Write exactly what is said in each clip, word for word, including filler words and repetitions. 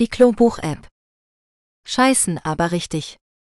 Die Klobuch-App. Scheißen aber richtig.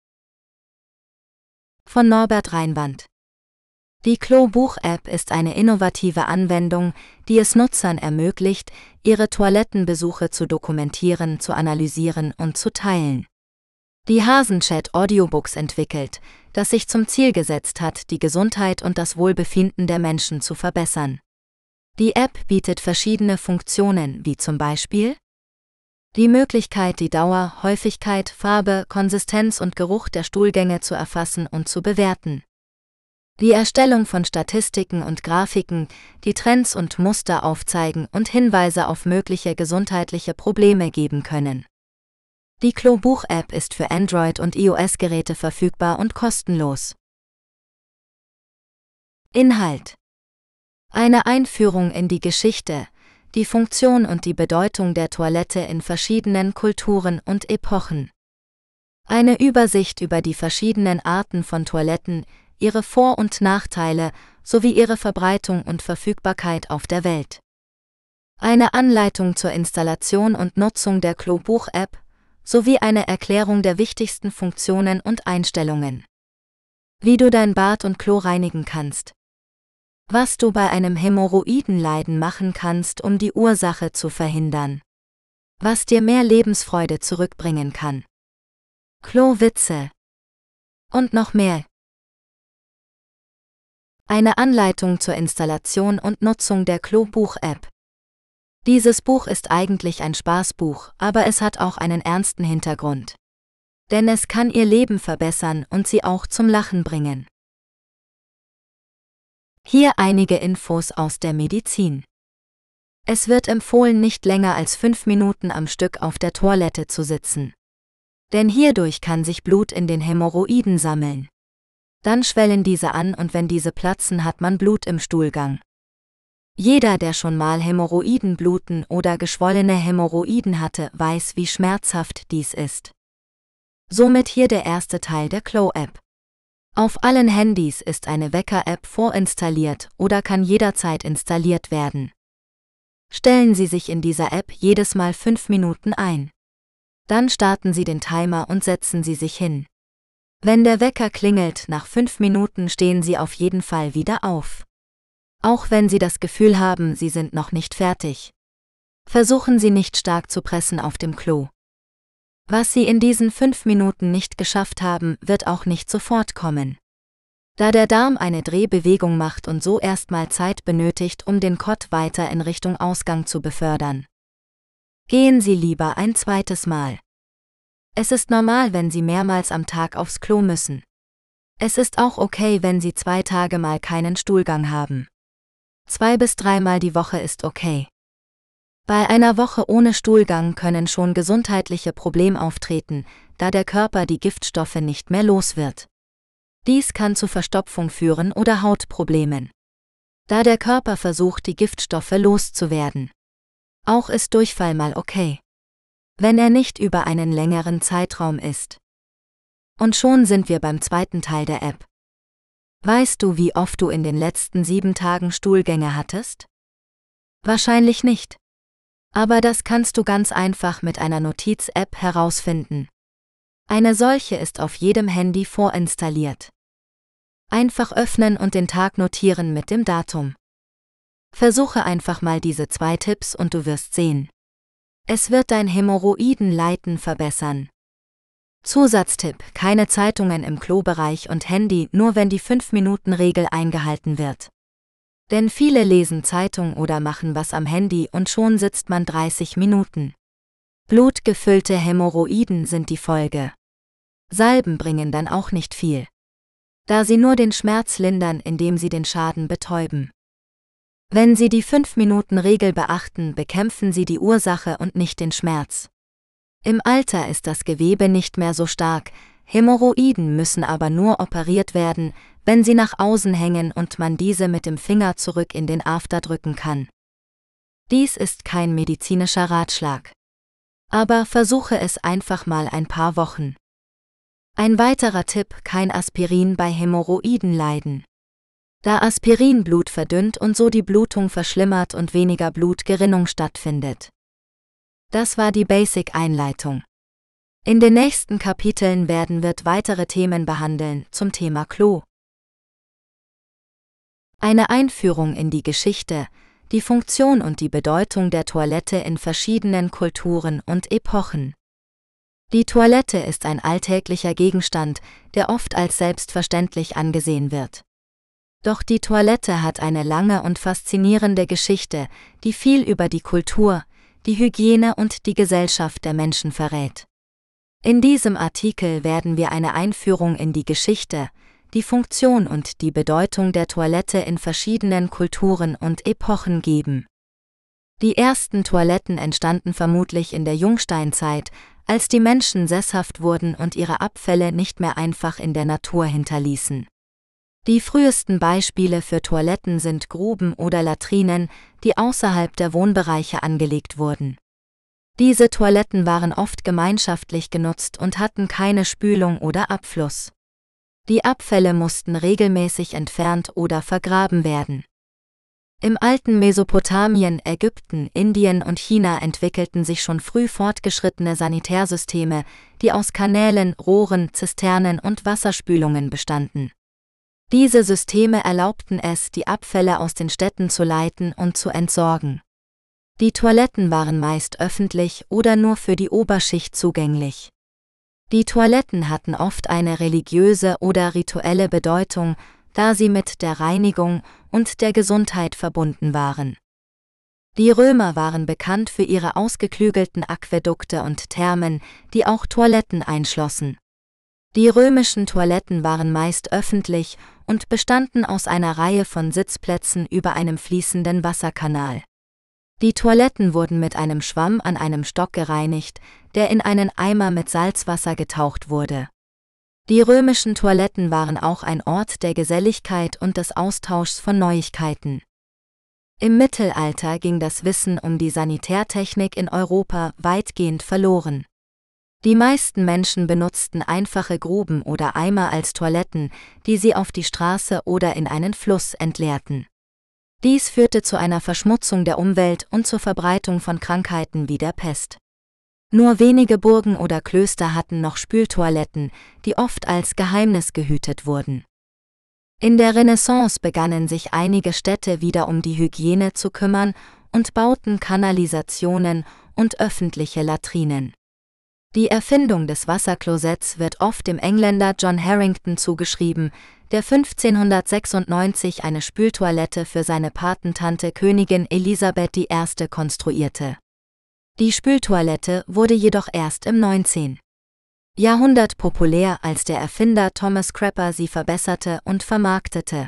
Von Norbert Reinwand. Die Klobuch-App ist eine innovative Anwendung, die es Nutzern ermöglicht, ihre Toilettenbesuche zu dokumentieren, zu analysieren und zu teilen. Die Hasenchat Audiobooks entwickelt, das sich zum Ziel gesetzt hat, die Gesundheit und das Wohlbefinden der Menschen zu verbessern. Die App bietet verschiedene Funktionen, wie zum Beispiel die Möglichkeit, die Dauer, Häufigkeit, Farbe, Konsistenz und Geruch der Stuhlgänge zu erfassen und zu bewerten. Die Erstellung von Statistiken und Grafiken, die Trends und Muster aufzeigen und Hinweise auf mögliche gesundheitliche Probleme geben können. Die Klobuch-App ist für Android- und iOS-Geräte verfügbar und kostenlos. Inhalt: Eine Einführung in die Geschichte, die Funktion und die Bedeutung der Toilette in verschiedenen Kulturen und Epochen. Eine Übersicht über die verschiedenen Arten von Toiletten, ihre Vor- und Nachteile sowie ihre Verbreitung und Verfügbarkeit auf der Welt. Eine Anleitung zur Installation und Nutzung der Klobuch-App sowie eine Erklärung der wichtigsten Funktionen und Einstellungen. Wie du dein Bad und Klo reinigen kannst. Was du bei einem Hämorrhoidenleiden machen kannst, um die Ursache zu verhindern. Was dir mehr Lebensfreude zurückbringen kann. Klowitze. Und noch mehr. Eine Anleitung zur Installation und Nutzung der Klobuch-App. Dieses Buch ist eigentlich ein Spaßbuch, aber es hat auch einen ernsten Hintergrund. Denn es kann ihr Leben verbessern und sie auch zum Lachen bringen. Hier einige Infos aus der Medizin. Es wird empfohlen, nicht länger als fünf Minuten am Stück auf der Toilette zu sitzen. Denn hierdurch kann sich Blut in den Hämorrhoiden sammeln. Dann schwellen diese an und wenn diese platzen, hat man Blut im Stuhlgang. Jeder, der schon mal Hämorrhoidenbluten oder geschwollene Hämorrhoiden hatte, weiß, wie schmerzhaft dies ist. Somit hier der erste Teil der Klo-App. Auf allen Handys ist eine Wecker-App vorinstalliert oder kann jederzeit installiert werden. Stellen Sie sich in dieser App jedes Mal fünf Minuten ein. Dann starten Sie den Timer und setzen Sie sich hin. Wenn der Wecker klingelt, nach fünf Minuten stehen Sie auf jeden Fall wieder auf. Auch wenn Sie das Gefühl haben, Sie sind noch nicht fertig. Versuchen Sie nicht stark zu pressen auf dem Klo. Was Sie in diesen fünf Minuten nicht geschafft haben, wird auch nicht sofort kommen. Da der Darm eine Drehbewegung macht und so erstmal Zeit benötigt, um den Kot weiter in Richtung Ausgang zu befördern. Gehen Sie lieber ein zweites Mal. Es ist normal, wenn Sie mehrmals am Tag aufs Klo müssen. Es ist auch okay, wenn Sie zwei Tage mal keinen Stuhlgang haben. Zwei bis dreimal die Woche ist okay. Bei einer Woche ohne Stuhlgang können schon gesundheitliche Probleme auftreten, da der Körper die Giftstoffe nicht mehr los wird. Dies kann zu Verstopfung führen oder Hautproblemen. Da der Körper versucht, die Giftstoffe loszuwerden. Auch ist Durchfall mal okay. Wenn er nicht über einen längeren Zeitraum ist. Und schon sind wir beim zweiten Teil der App. Weißt du, wie oft du in den letzten sieben Tagen Stuhlgänge hattest? Wahrscheinlich nicht. Aber das kannst du ganz einfach mit einer Notiz-App herausfinden. Eine solche ist auf jedem Handy vorinstalliert. Einfach öffnen und den Tag notieren mit dem Datum. Versuche einfach mal diese zwei Tipps und du wirst sehen. Es wird dein Hämorrhoidenleiden verbessern. Zusatztipp: Keine Zeitungen im Klobereich und Handy, nur wenn die fünf Minuten Regel eingehalten wird. Denn viele lesen Zeitung oder machen was am Handy und schon sitzt man dreißig Minuten. Blutgefüllte Hämorrhoiden sind die Folge. Salben bringen dann auch nicht viel. Da sie nur den Schmerz lindern, indem sie den Schaden betäuben. Wenn Sie die fünf Minuten Regel beachten, bekämpfen Sie die Ursache und nicht den Schmerz. Im Alter ist das Gewebe nicht mehr so stark, Hämorrhoiden müssen aber nur operiert werden, wenn sie nach außen hängen und man diese mit dem Finger zurück in den After drücken kann. Dies ist kein medizinischer Ratschlag. Aber versuche es einfach mal ein paar Wochen. Ein weiterer Tipp: Kein Aspirin bei Hämorrhoidenleiden. Da Aspirin Blut verdünnt und so die Blutung verschlimmert und weniger Blutgerinnung stattfindet. Das war die Basic-Einleitung. In den nächsten Kapiteln werden wir weitere Themen behandeln zum Thema Klo. Eine Einführung in die Geschichte, die Funktion und die Bedeutung der Toilette in verschiedenen Kulturen und Epochen. Die Toilette ist ein alltäglicher Gegenstand, der oft als selbstverständlich angesehen wird. Doch die Toilette hat eine lange und faszinierende Geschichte, die viel über die Kultur, die Hygiene und die Gesellschaft der Menschen verrät. In diesem Artikel werden wir eine Einführung in die Geschichte, die Funktion und die Bedeutung der Toilette in verschiedenen Kulturen und Epochen geben. Die ersten Toiletten entstanden vermutlich in der Jungsteinzeit, als die Menschen sesshaft wurden und ihre Abfälle nicht mehr einfach in der Natur hinterließen. Die frühesten Beispiele für Toiletten sind Gruben oder Latrinen, die außerhalb der Wohnbereiche angelegt wurden. Diese Toiletten waren oft gemeinschaftlich genutzt und hatten keine Spülung oder Abfluss. Die Abfälle mussten regelmäßig entfernt oder vergraben werden. Im alten Mesopotamien, Ägypten, Indien und China entwickelten sich schon früh fortgeschrittene Sanitärsysteme, die aus Kanälen, Rohren, Zisternen und Wasserspülungen bestanden. Diese Systeme erlaubten es, die Abfälle aus den Städten zu leiten und zu entsorgen. Die Toiletten waren meist öffentlich oder nur für die Oberschicht zugänglich. Die Toiletten hatten oft eine religiöse oder rituelle Bedeutung, da sie mit der Reinigung und der Gesundheit verbunden waren. Die Römer waren bekannt für ihre ausgeklügelten Aquädukte und Thermen, die auch Toiletten einschlossen. Die römischen Toiletten waren meist öffentlich und bestanden aus einer Reihe von Sitzplätzen über einem fließenden Wasserkanal. Die Toiletten wurden mit einem Schwamm an einem Stock gereinigt, der in einen Eimer mit Salzwasser getaucht wurde. Die römischen Toiletten waren auch ein Ort der Geselligkeit und des Austauschs von Neuigkeiten. Im Mittelalter ging das Wissen um die Sanitärtechnik in Europa weitgehend verloren. Die meisten Menschen benutzten einfache Gruben oder Eimer als Toiletten, die sie auf die Straße oder in einen Fluss entleerten. Dies führte zu einer Verschmutzung der Umwelt und zur Verbreitung von Krankheiten wie der Pest. Nur wenige Burgen oder Klöster hatten noch Spültoiletten, die oft als Geheimnis gehütet wurden. In der Renaissance begannen sich einige Städte wieder um die Hygiene zu kümmern und bauten Kanalisationen und öffentliche Latrinen. Die Erfindung des Wasserklosetts wird oft dem Engländer John Harrington zugeschrieben, der fünfzehnhundertsechsundneunzig eine Spültoilette für seine Patentante Königin Elisabeth die Erste konstruierte. Die Spültoilette wurde jedoch erst im neunzehnten Jahrhundert populär, als der Erfinder Thomas Crapper sie verbesserte und vermarktete.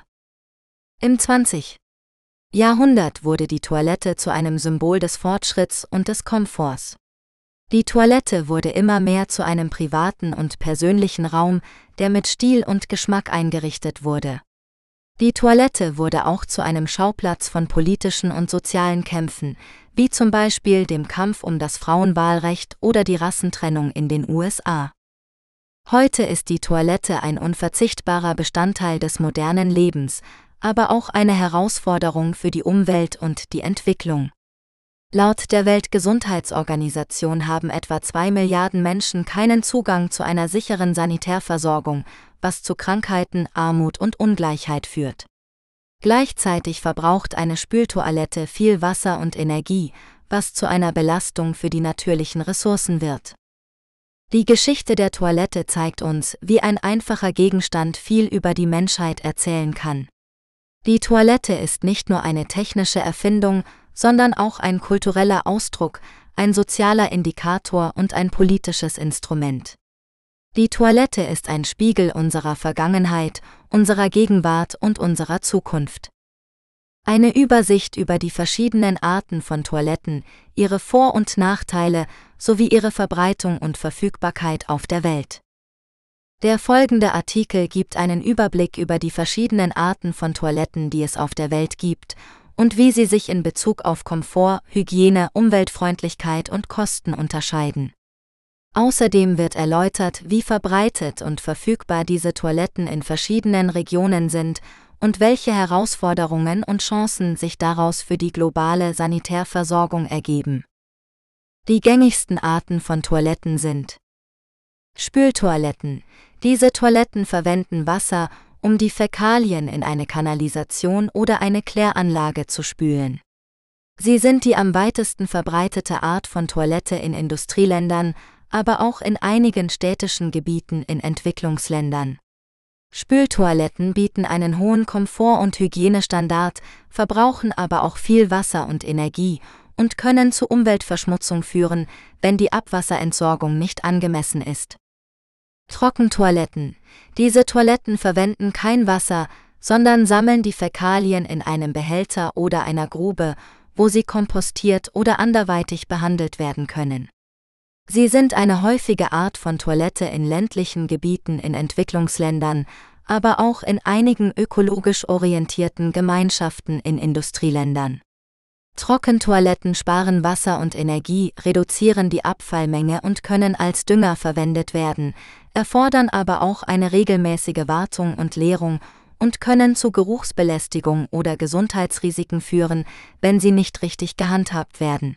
Im zwanzigsten Jahrhundert wurde die Toilette zu einem Symbol des Fortschritts und des Komforts. Die Toilette wurde immer mehr zu einem privaten und persönlichen Raum, der mit Stil und Geschmack eingerichtet wurde. Die Toilette wurde auch zu einem Schauplatz von politischen und sozialen Kämpfen, wie zum Beispiel dem Kampf um das Frauenwahlrecht oder die Rassentrennung in den U S A. Heute ist die Toilette ein unverzichtbarer Bestandteil des modernen Lebens, aber auch eine Herausforderung für die Umwelt und die Entwicklung. Laut der Weltgesundheitsorganisation haben etwa zwei Milliarden Menschen keinen Zugang zu einer sicheren Sanitärversorgung, was zu Krankheiten, Armut und Ungleichheit führt. Gleichzeitig verbraucht eine Spültoilette viel Wasser und Energie, was zu einer Belastung für die natürlichen Ressourcen wird. Die Geschichte der Toilette zeigt uns, wie ein einfacher Gegenstand viel über die Menschheit erzählen kann. Die Toilette ist nicht nur eine technische Erfindung, sondern auch ein kultureller Ausdruck, ein sozialer Indikator und ein politisches Instrument. Die Toilette ist ein Spiegel unserer Vergangenheit, unserer Gegenwart und unserer Zukunft. Eine Übersicht über die verschiedenen Arten von Toiletten, ihre Vor- und Nachteile sowie ihre Verbreitung und Verfügbarkeit auf der Welt. Der folgende Artikel gibt einen Überblick über die verschiedenen Arten von Toiletten, die es auf der Welt gibt, und wie sie sich in Bezug auf Komfort, Hygiene, Umweltfreundlichkeit und Kosten unterscheiden. Außerdem wird erläutert, wie verbreitet und verfügbar diese Toiletten in verschiedenen Regionen sind und welche Herausforderungen und Chancen sich daraus für die globale Sanitärversorgung ergeben. Die gängigsten Arten von Toiletten sind Spültoiletten. Diese Toiletten verwenden Wasser, um die Fäkalien in eine Kanalisation oder eine Kläranlage zu spülen. Sie sind die am weitesten verbreitete Art von Toilette in Industrieländern, aber auch in einigen städtischen Gebieten in Entwicklungsländern. Spültoiletten bieten einen hohen Komfort- und Hygienestandard, verbrauchen aber auch viel Wasser und Energie und können zu Umweltverschmutzung führen, wenn die Abwasserentsorgung nicht angemessen ist. Trockentoiletten. Diese Toiletten verwenden kein Wasser, sondern sammeln die Fäkalien in einem Behälter oder einer Grube, wo sie kompostiert oder anderweitig behandelt werden können. Sie sind eine häufige Art von Toilette in ländlichen Gebieten in Entwicklungsländern, aber auch in einigen ökologisch orientierten Gemeinschaften in Industrieländern. Trockentoiletten sparen Wasser und Energie, reduzieren die Abfallmenge und können als Dünger verwendet werden, erfordern aber auch eine regelmäßige Wartung und Leerung und können zu Geruchsbelästigung oder Gesundheitsrisiken führen, wenn sie nicht richtig gehandhabt werden.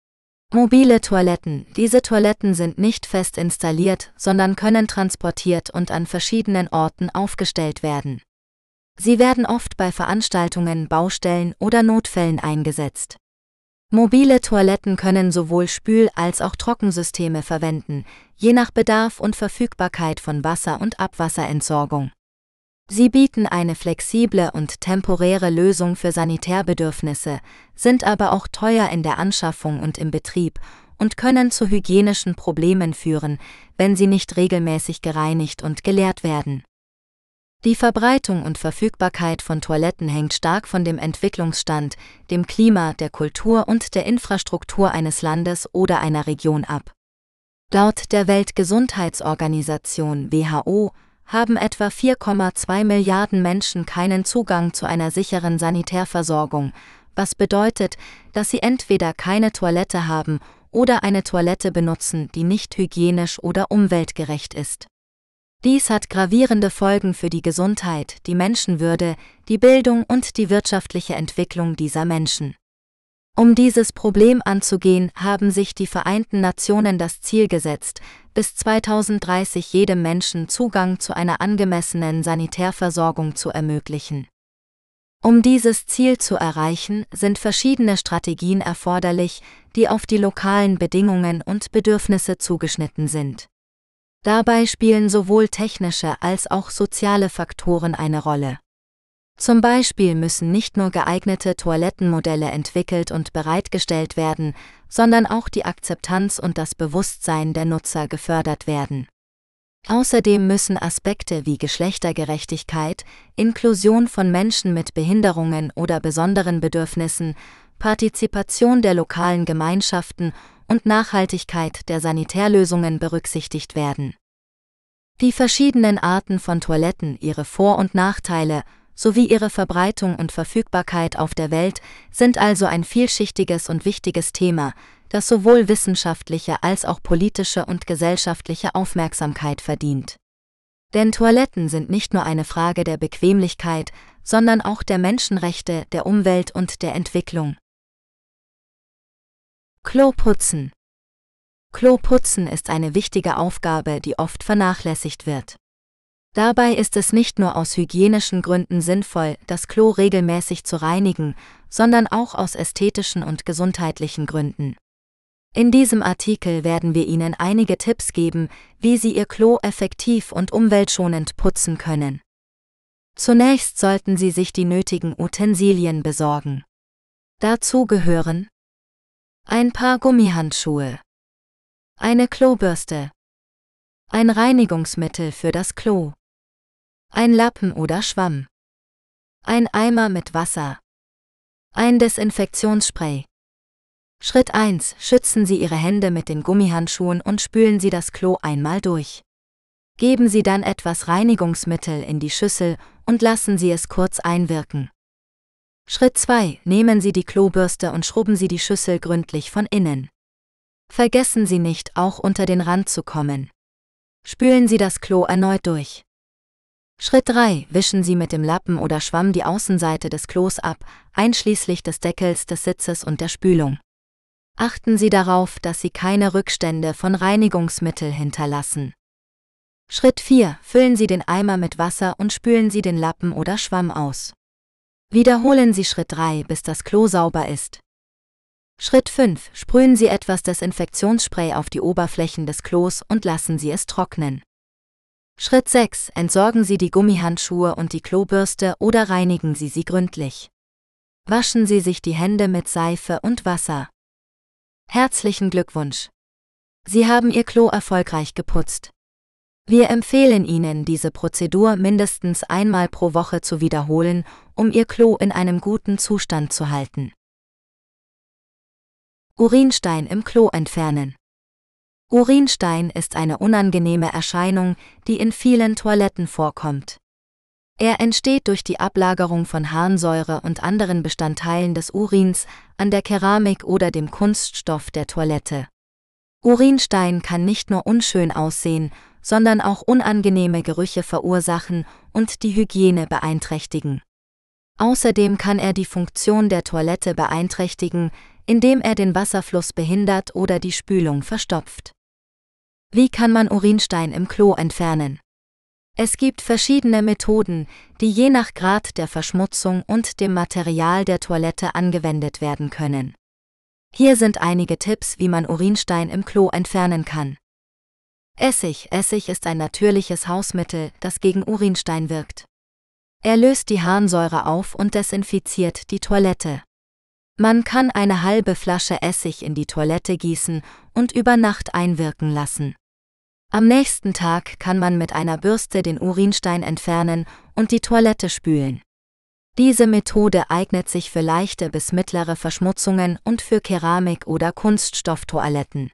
Mobile Toiletten. Diese Toiletten sind nicht fest installiert, sondern können transportiert und an verschiedenen Orten aufgestellt werden. Sie werden oft bei Veranstaltungen, Baustellen oder Notfällen eingesetzt. Mobile Toiletten können sowohl Spül- als auch Trockensysteme verwenden, je nach Bedarf und Verfügbarkeit von Wasser- und Abwasserentsorgung. Sie bieten eine flexible und temporäre Lösung für Sanitärbedürfnisse, sind aber auch teuer in der Anschaffung und im Betrieb und können zu hygienischen Problemen führen, wenn sie nicht regelmäßig gereinigt und geleert werden. Die Verbreitung und Verfügbarkeit von Toiletten hängt stark von dem Entwicklungsstand, dem Klima, der Kultur und der Infrastruktur eines Landes oder einer Region ab. Laut der Weltgesundheitsorganisation W H O haben etwa vier Komma zwei Milliarden Menschen keinen Zugang zu einer sicheren Sanitärversorgung, was bedeutet, dass sie entweder keine Toilette haben oder eine Toilette benutzen, die nicht hygienisch oder umweltgerecht ist. Dies hat gravierende Folgen für die Gesundheit, die Menschenwürde, die Bildung und die wirtschaftliche Entwicklung dieser Menschen. Um dieses Problem anzugehen, haben sich die Vereinten Nationen das Ziel gesetzt, bis zweitausenddreißig jedem Menschen Zugang zu einer angemessenen Sanitärversorgung zu ermöglichen. Um dieses Ziel zu erreichen, sind verschiedene Strategien erforderlich, die auf die lokalen Bedingungen und Bedürfnisse zugeschnitten sind. Dabei spielen sowohl technische als auch soziale Faktoren eine Rolle. Zum Beispiel müssen nicht nur geeignete Toilettenmodelle entwickelt und bereitgestellt werden, sondern auch die Akzeptanz und das Bewusstsein der Nutzer gefördert werden. Außerdem müssen Aspekte wie Geschlechtergerechtigkeit, Inklusion von Menschen mit Behinderungen oder besonderen Bedürfnissen, Partizipation der lokalen Gemeinschaften und Nachhaltigkeit der Sanitärlösungen berücksichtigt werden. Die verschiedenen Arten von Toiletten, ihre Vor- und Nachteile sowie ihre Verbreitung und Verfügbarkeit auf der Welt sind also ein vielschichtiges und wichtiges Thema, das sowohl wissenschaftliche als auch politische und gesellschaftliche Aufmerksamkeit verdient. Denn Toiletten sind nicht nur eine Frage der Bequemlichkeit, sondern auch der Menschenrechte, der Umwelt und der Entwicklung. Kloputzen. Kloputzen ist eine wichtige Aufgabe, die oft vernachlässigt wird. Dabei ist es nicht nur aus hygienischen Gründen sinnvoll, das Klo regelmäßig zu reinigen, sondern auch aus ästhetischen und gesundheitlichen Gründen. In diesem Artikel werden wir Ihnen einige Tipps geben, wie Sie Ihr Klo effektiv und umweltschonend putzen können. Zunächst sollten Sie sich die nötigen Utensilien besorgen. Dazu gehören ein paar Gummihandschuhe, eine Klobürste, ein Reinigungsmittel für das Klo, ein Lappen oder Schwamm, ein Eimer mit Wasser, ein Desinfektionsspray. Schritt eins. Schützen Sie Ihre Hände mit den Gummihandschuhen und spülen Sie das Klo einmal durch. Geben Sie dann etwas Reinigungsmittel in die Schüssel und lassen Sie es kurz einwirken. Schritt zwei. Nehmen Sie die Klobürste und schrubben Sie die Schüssel gründlich von innen. Vergessen Sie nicht, auch unter den Rand zu kommen. Spülen Sie das Klo erneut durch. Schritt drei. Wischen Sie mit dem Lappen oder Schwamm die Außenseite des Klos ab, einschließlich des Deckels des Sitzes und der Spülung. Achten Sie darauf, dass Sie keine Rückstände von Reinigungsmittel hinterlassen. Schritt vier. Füllen Sie den Eimer mit Wasser und spülen Sie den Lappen oder Schwamm aus. Wiederholen Sie Schritt drei, bis das Klo sauber ist. Schritt fünf. Sprühen Sie etwas Desinfektionsspray auf die Oberflächen des Klos und lassen Sie es trocknen. Schritt sechs. Entsorgen Sie die Gummihandschuhe und die Klobürste oder reinigen Sie sie gründlich. Waschen Sie sich die Hände mit Seife und Wasser. Herzlichen Glückwunsch! Sie haben Ihr Klo erfolgreich geputzt. Wir empfehlen Ihnen, diese Prozedur mindestens einmal pro Woche zu wiederholen, um Ihr Klo in einem guten Zustand zu halten. Urinstein im Klo entfernen. Urinstein ist eine unangenehme Erscheinung, die in vielen Toiletten vorkommt. Er entsteht durch die Ablagerung von Harnsäure und anderen Bestandteilen des Urins an der Keramik oder dem Kunststoff der Toilette. Urinstein kann nicht nur unschön aussehen, sondern auch unangenehme Gerüche verursachen und die Hygiene beeinträchtigen. Außerdem kann er die Funktion der Toilette beeinträchtigen, indem er den Wasserfluss behindert oder die Spülung verstopft. Wie kann man Urinstein im Klo entfernen? Es gibt verschiedene Methoden, die je nach Grad der Verschmutzung und dem Material der Toilette angewendet werden können. Hier sind einige Tipps, wie man Urinstein im Klo entfernen kann. Essig. Essig ist ein natürliches Hausmittel, das gegen Urinstein wirkt. Er löst die Harnsäure auf und desinfiziert die Toilette. Man kann eine halbe Flasche Essig in die Toilette gießen und über Nacht einwirken lassen. Am nächsten Tag kann man mit einer Bürste den Urinstein entfernen und die Toilette spülen. Diese Methode eignet sich für leichte bis mittlere Verschmutzungen und für Keramik- oder Kunststofftoiletten.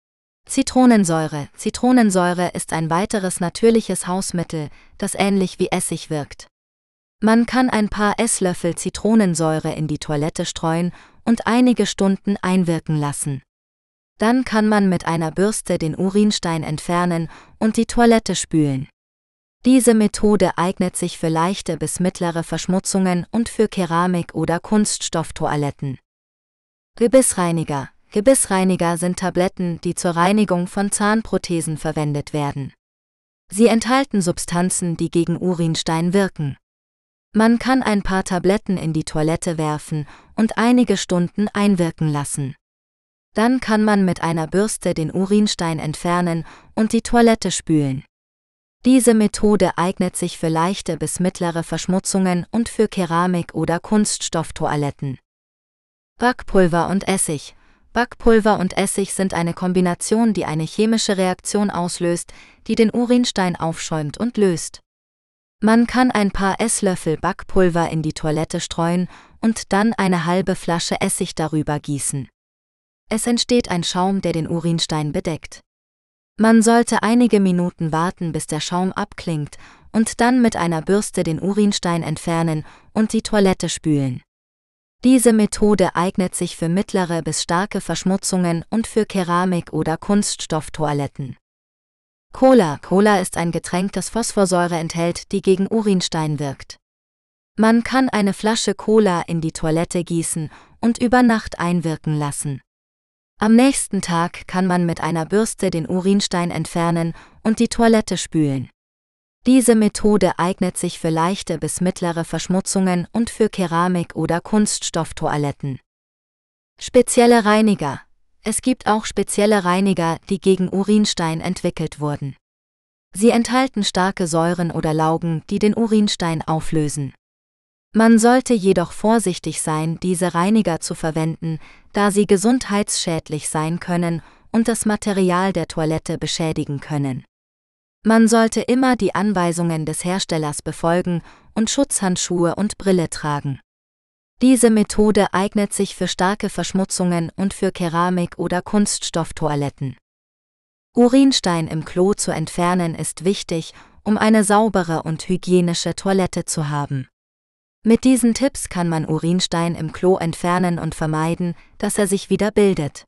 Zitronensäure. Zitronensäure ist ein weiteres natürliches Hausmittel, das ähnlich wie Essig wirkt. Man kann ein paar Esslöffel Zitronensäure in die Toilette streuen und einige Stunden einwirken lassen. Dann kann man mit einer Bürste den Urinstein entfernen und die Toilette spülen. Diese Methode eignet sich für leichte bis mittlere Verschmutzungen und für Keramik- oder Kunststofftoiletten. Gebissreiniger. Gebissreiniger sind Tabletten, die zur Reinigung von Zahnprothesen verwendet werden. Sie enthalten Substanzen, die gegen Urinstein wirken. Man kann ein paar Tabletten in die Toilette werfen und einige Stunden einwirken lassen. Dann kann man mit einer Bürste den Urinstein entfernen und die Toilette spülen. Diese Methode eignet sich für leichte bis mittlere Verschmutzungen und für Keramik- oder Kunststofftoiletten. Backpulver und Essig. Backpulver und Essig sind eine Kombination, die eine chemische Reaktion auslöst, die den Urinstein aufschäumt und löst. Man kann ein paar Esslöffel Backpulver in die Toilette streuen und dann eine halbe Flasche Essig darüber gießen. Es entsteht ein Schaum, der den Urinstein bedeckt. Man sollte einige Minuten warten, bis der Schaum abklingt, und dann mit einer Bürste den Urinstein entfernen und die Toilette spülen. Diese Methode eignet sich für mittlere bis starke Verschmutzungen und für Keramik- oder Kunststofftoiletten. Cola. Cola ist ein Getränk, das Phosphorsäure enthält, die gegen Urinstein wirkt. Man kann eine Flasche Cola in die Toilette gießen und über Nacht einwirken lassen. Am nächsten Tag kann man mit einer Bürste den Urinstein entfernen und die Toilette spülen. Diese Methode eignet sich für leichte bis mittlere Verschmutzungen und für Keramik- oder Kunststofftoiletten. Spezielle Reiniger. Es gibt auch spezielle Reiniger, die gegen Urinstein entwickelt wurden. Sie enthalten starke Säuren oder Laugen, die den Urinstein auflösen. Man sollte jedoch vorsichtig sein, diese Reiniger zu verwenden, da sie gesundheitsschädlich sein können und das Material der Toilette beschädigen können. Man sollte immer die Anweisungen des Herstellers befolgen und Schutzhandschuhe und Brille tragen. Diese Methode eignet sich für starke Verschmutzungen und für Keramik- oder Kunststofftoiletten. Urinstein im Klo zu entfernen ist wichtig, um eine saubere und hygienische Toilette zu haben. Mit diesen Tipps kann man Urinstein im Klo entfernen und vermeiden, dass er sich wieder bildet.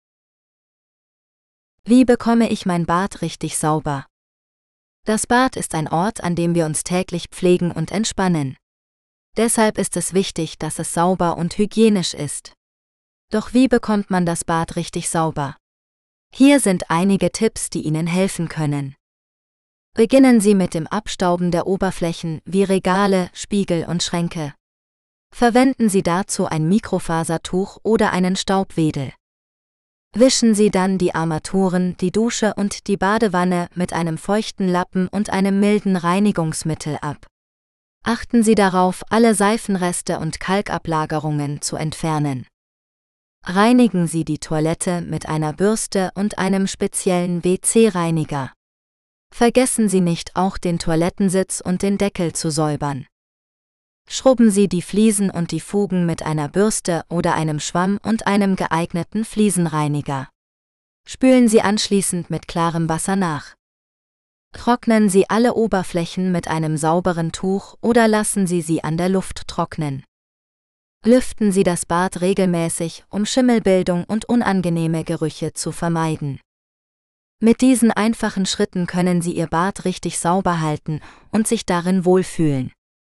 Wie bekomme ich mein Bad richtig sauber? Das Bad ist ein Ort, an dem wir uns täglich pflegen und entspannen. Deshalb ist es wichtig, dass es sauber und hygienisch ist. Doch wie bekommt man das Bad richtig sauber? Hier sind einige Tipps, die Ihnen helfen können. Beginnen Sie mit dem Abstauben der Oberflächen wie Regale, Spiegel und Schränke. Verwenden Sie dazu ein Mikrofasertuch oder einen Staubwedel. Wischen Sie dann die Armaturen, die Dusche und die Badewanne mit einem feuchten Lappen und einem milden Reinigungsmittel ab. Achten Sie darauf, alle Seifenreste und Kalkablagerungen zu entfernen. Reinigen Sie die Toilette mit einer Bürste und einem speziellen W C-Reiniger. Vergessen Sie nicht, auch den Toilettensitz und den Deckel zu säubern. Schrubben Sie die Fliesen und die Fugen mit einer Bürste oder einem Schwamm und einem geeigneten Fliesenreiniger. Spülen Sie anschließend mit klarem Wasser nach. Trocknen Sie alle Oberflächen mit einem sauberen Tuch oder lassen Sie sie an der Luft trocknen. Lüften Sie das Bad regelmäßig, um Schimmelbildung und unangenehme Gerüche zu vermeiden. Mit diesen einfachen Schritten können Sie Ihr Bad richtig sauber halten und sich darin wohlfühlen.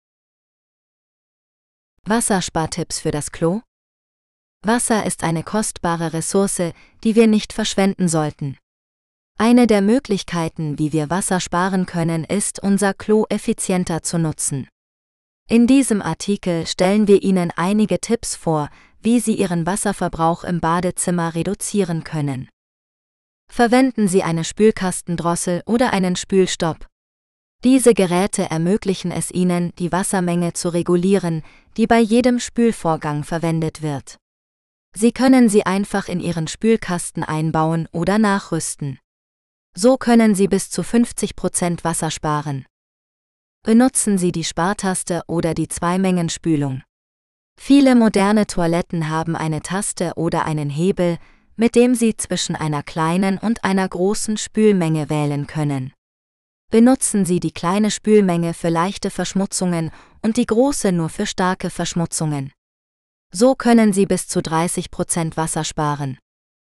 Wasserspartipps für das Klo? Wasser ist eine kostbare Ressource, die wir nicht verschwenden sollten. Eine der Möglichkeiten, wie wir Wasser sparen können, ist, unser Klo effizienter zu nutzen. In diesem Artikel stellen wir Ihnen einige Tipps vor, wie Sie Ihren Wasserverbrauch im Badezimmer reduzieren können. Verwenden Sie eine Spülkastendrossel oder einen Spülstopp. Diese Geräte ermöglichen es Ihnen, die Wassermenge zu regulieren, die bei jedem Spülvorgang verwendet wird. Sie können sie einfach in Ihren Spülkasten einbauen oder nachrüsten. So können Sie bis zu fünfzig Prozent Wasser sparen. Benutzen Sie die Spartaste oder die Zwei-Mengen-Spülung. Viele moderne Toiletten haben eine Taste oder einen Hebel, mit dem Sie zwischen einer kleinen und einer großen Spülmenge wählen können. Benutzen Sie die kleine Spülmenge für leichte Verschmutzungen und die große nur für starke Verschmutzungen. So können Sie bis zu dreißig Prozent Wasser sparen.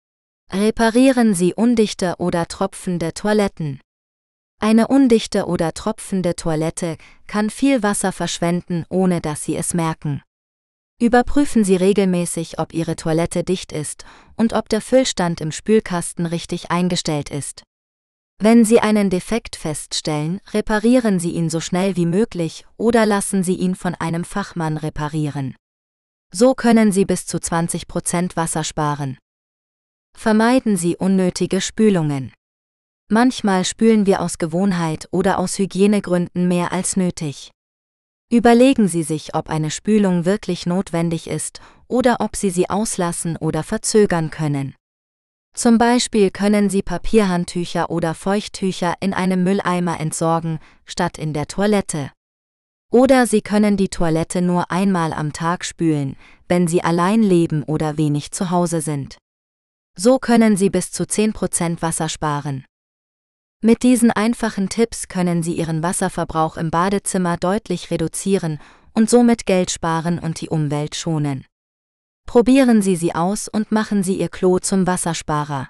Reparieren Sie undichte oder tropfende Toiletten. Eine undichte oder tropfende Toilette kann viel Wasser verschwenden, ohne dass Sie es merken. Überprüfen Sie regelmäßig, ob Ihre Toilette dicht ist und ob der Füllstand im Spülkasten richtig eingestellt ist. Wenn Sie einen Defekt feststellen, reparieren Sie ihn so schnell wie möglich oder lassen Sie ihn von einem Fachmann reparieren. So können Sie bis zu zwanzig Prozent Wasser sparen. Vermeiden Sie unnötige Spülungen. Manchmal spülen wir aus Gewohnheit oder aus Hygienegründen mehr als nötig. Überlegen Sie sich, ob eine Spülung wirklich notwendig ist oder ob Sie sie auslassen oder verzögern können. Zum Beispiel können Sie Papierhandtücher oder Feuchttücher in einem Mülleimer entsorgen, statt in der Toilette. Oder Sie können die Toilette nur einmal am Tag spülen, wenn Sie allein leben oder wenig zu Hause sind. So können Sie bis zu zehn Prozent Wasser sparen. Mit diesen einfachen Tipps können Sie Ihren Wasserverbrauch im Badezimmer deutlich reduzieren und somit Geld sparen und die Umwelt schonen. Probieren Sie sie aus und machen Sie Ihr Klo zum Wassersparer.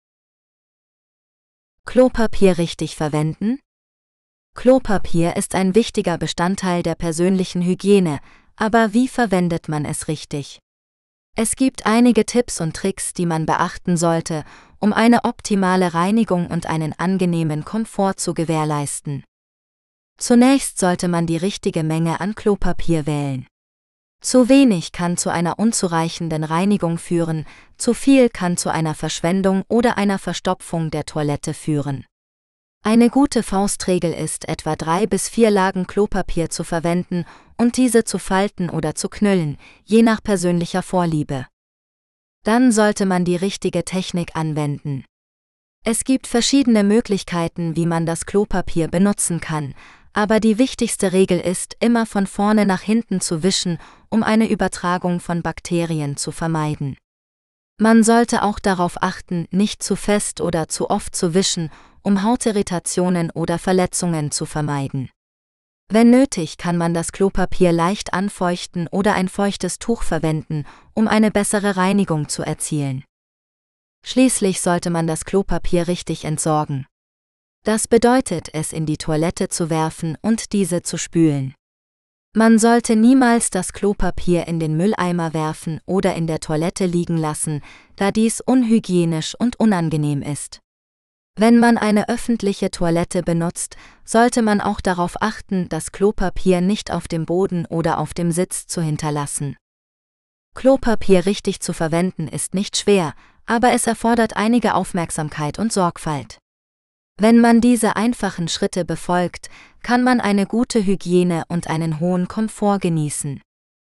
Klopapier richtig verwenden? Klopapier ist ein wichtiger Bestandteil der persönlichen Hygiene, aber wie verwendet man es richtig? Es gibt einige Tipps und Tricks, die man beachten sollte, um eine optimale Reinigung und einen angenehmen Komfort zu gewährleisten. Zunächst sollte man die richtige Menge an Klopapier wählen. Zu wenig kann zu einer unzureichenden Reinigung führen, zu viel kann zu einer Verschwendung oder einer Verstopfung der Toilette führen. Eine gute Faustregel ist, etwa drei bis vier Lagen Klopapier zu verwenden und diese zu falten oder zu knüllen, je nach persönlicher Vorliebe. Dann sollte man die richtige Technik anwenden. Es gibt verschiedene Möglichkeiten, wie man das Klopapier benutzen kann, aber die wichtigste Regel ist, immer von vorne nach hinten zu wischen, um eine Übertragung von Bakterien zu vermeiden. Man sollte auch darauf achten, nicht zu fest oder zu oft zu wischen, um Hautirritationen oder Verletzungen zu vermeiden. Wenn nötig, kann man das Klopapier leicht anfeuchten oder ein feuchtes Tuch verwenden, um eine bessere Reinigung zu erzielen. Schließlich sollte man das Klopapier richtig entsorgen. Das bedeutet, es in die Toilette zu werfen und diese zu spülen. Man sollte niemals das Klopapier in den Mülleimer werfen oder in der Toilette liegen lassen, da dies unhygienisch und unangenehm ist. Wenn man eine öffentliche Toilette benutzt, sollte man auch darauf achten, das Klopapier nicht auf dem Boden oder auf dem Sitz zu hinterlassen. Klopapier richtig zu verwenden ist nicht schwer, aber es erfordert einige Aufmerksamkeit und Sorgfalt. Wenn man diese einfachen Schritte befolgt, kann man eine gute Hygiene und einen hohen Komfort genießen.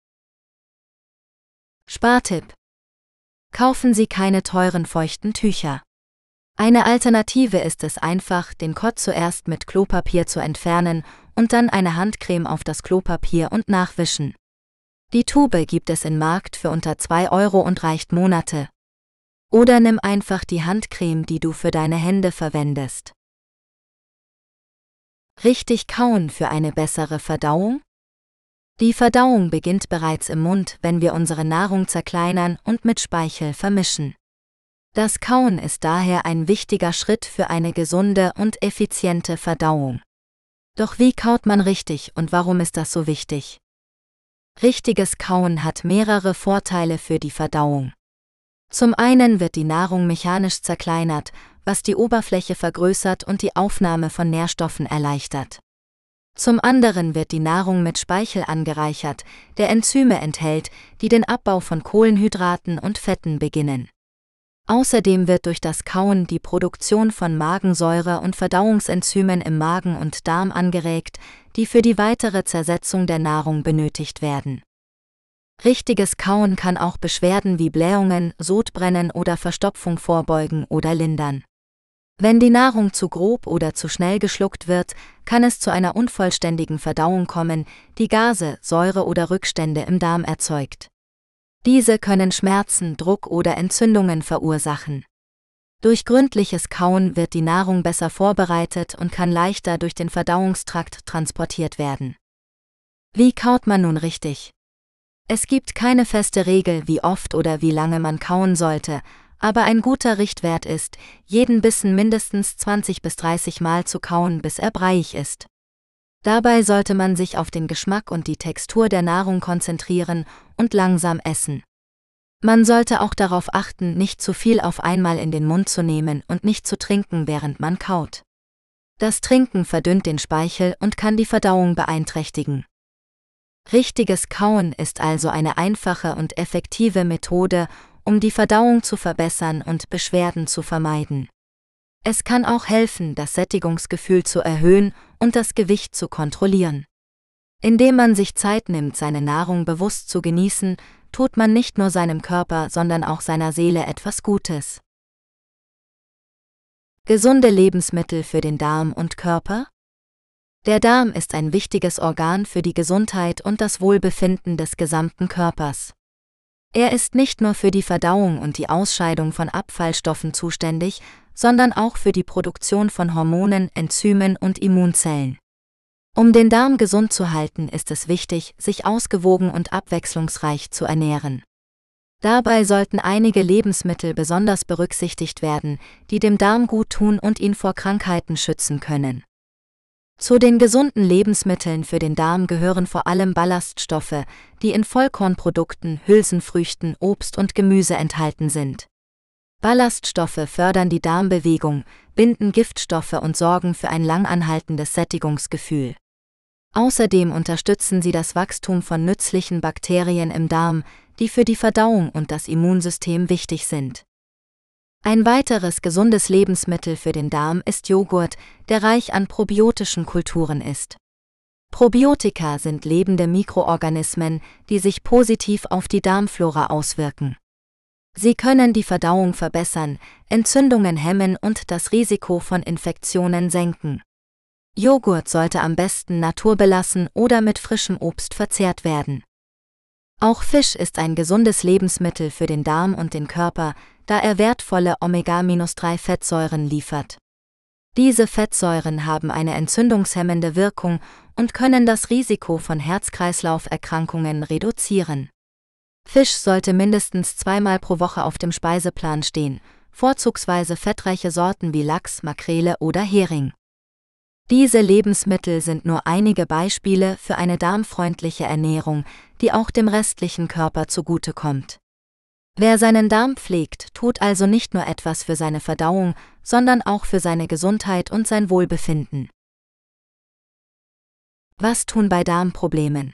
Spartipp: Kaufen Sie keine teuren feuchten Tücher. Eine Alternative ist es einfach, den Kot zuerst mit Klopapier zu entfernen und dann eine Handcreme auf das Klopapier und nachwischen. Die Tube gibt es im Markt für unter zwei Euro und reicht Monate. Oder nimm einfach die Handcreme, die du für deine Hände verwendest. Richtig kauen für eine bessere Verdauung? Die Verdauung beginnt bereits im Mund, wenn wir unsere Nahrung zerkleinern und mit Speichel vermischen. Das Kauen ist daher ein wichtiger Schritt für eine gesunde und effiziente Verdauung. Doch wie kaut man richtig und warum ist das so wichtig? Richtiges Kauen hat mehrere Vorteile für die Verdauung. Zum einen wird die Nahrung mechanisch zerkleinert, was die Oberfläche vergrößert und die Aufnahme von Nährstoffen erleichtert. Zum anderen wird die Nahrung mit Speichel angereichert, der Enzyme enthält, die den Abbau von Kohlenhydraten und Fetten beginnen. Außerdem wird durch das Kauen die Produktion von Magensäure und Verdauungsenzymen im Magen und Darm angeregt, die für die weitere Zersetzung der Nahrung benötigt werden. Richtiges Kauen kann auch Beschwerden wie Blähungen, Sodbrennen oder Verstopfung vorbeugen oder lindern. Wenn die Nahrung zu grob oder zu schnell geschluckt wird, kann es zu einer unvollständigen Verdauung kommen, die Gase, Säure oder Rückstände im Darm erzeugt. Diese können Schmerzen, Druck oder Entzündungen verursachen. Durch gründliches Kauen wird die Nahrung besser vorbereitet und kann leichter durch den Verdauungstrakt transportiert werden. Wie kaut man nun richtig? Es gibt keine feste Regel, wie oft oder wie lange man kauen sollte, aber ein guter Richtwert ist, jeden Bissen mindestens zwanzig bis dreißig Mal zu kauen, bis er breiig ist. Dabei sollte man sich auf den Geschmack und die Textur der Nahrung konzentrieren und langsam essen. Man sollte auch darauf achten, nicht zu viel auf einmal in den Mund zu nehmen und nicht zu trinken, während man kaut. Das Trinken verdünnt den Speichel und kann die Verdauung beeinträchtigen. Richtiges Kauen ist also eine einfache und effektive Methode, um die Verdauung zu verbessern und Beschwerden zu vermeiden. Es kann auch helfen, das Sättigungsgefühl zu erhöhen und das Gewicht zu kontrollieren. Indem man sich Zeit nimmt, seine Nahrung bewusst zu genießen, tut man nicht nur seinem Körper, sondern auch seiner Seele etwas Gutes. Gesunde Lebensmittel für den Darm und Körper? Der Darm ist ein wichtiges Organ für die Gesundheit und das Wohlbefinden des gesamten Körpers. Er ist nicht nur für die Verdauung und die Ausscheidung von Abfallstoffen zuständig, sondern auch für die Produktion von Hormonen, Enzymen und Immunzellen. Um den Darm gesund zu halten, ist es wichtig, sich ausgewogen und abwechslungsreich zu ernähren. Dabei sollten einige Lebensmittel besonders berücksichtigt werden, die dem Darm gut tun und ihn vor Krankheiten schützen können. Zu den gesunden Lebensmitteln für den Darm gehören vor allem Ballaststoffe, die in Vollkornprodukten, Hülsenfrüchten, Obst und Gemüse enthalten sind. Ballaststoffe fördern die Darmbewegung, binden Giftstoffe und sorgen für ein langanhaltendes Sättigungsgefühl. Außerdem unterstützen sie das Wachstum von nützlichen Bakterien im Darm, die für die Verdauung und das Immunsystem wichtig sind. Ein weiteres gesundes Lebensmittel für den Darm ist Joghurt, der reich an probiotischen Kulturen ist. Probiotika sind lebende Mikroorganismen, die sich positiv auf die Darmflora auswirken. Sie können die Verdauung verbessern, Entzündungen hemmen und das Risiko von Infektionen senken. Joghurt sollte am besten naturbelassen oder mit frischem Obst verzehrt werden. Auch Fisch ist ein gesundes Lebensmittel für den Darm und den Körper, da er wertvolle Omega drei Fettsäuren liefert. Diese Fettsäuren haben eine entzündungshemmende Wirkung und können das Risiko von Herz-Kreislauf-Erkrankungen reduzieren. Fisch sollte mindestens zweimal pro Woche auf dem Speiseplan stehen, vorzugsweise fettreiche Sorten wie Lachs, Makrele oder Hering. Diese Lebensmittel sind nur einige Beispiele für eine darmfreundliche Ernährung, die auch dem restlichen Körper zugutekommt. Wer seinen Darm pflegt, tut also nicht nur etwas für seine Verdauung, sondern auch für seine Gesundheit und sein Wohlbefinden. Was tun bei Darmproblemen?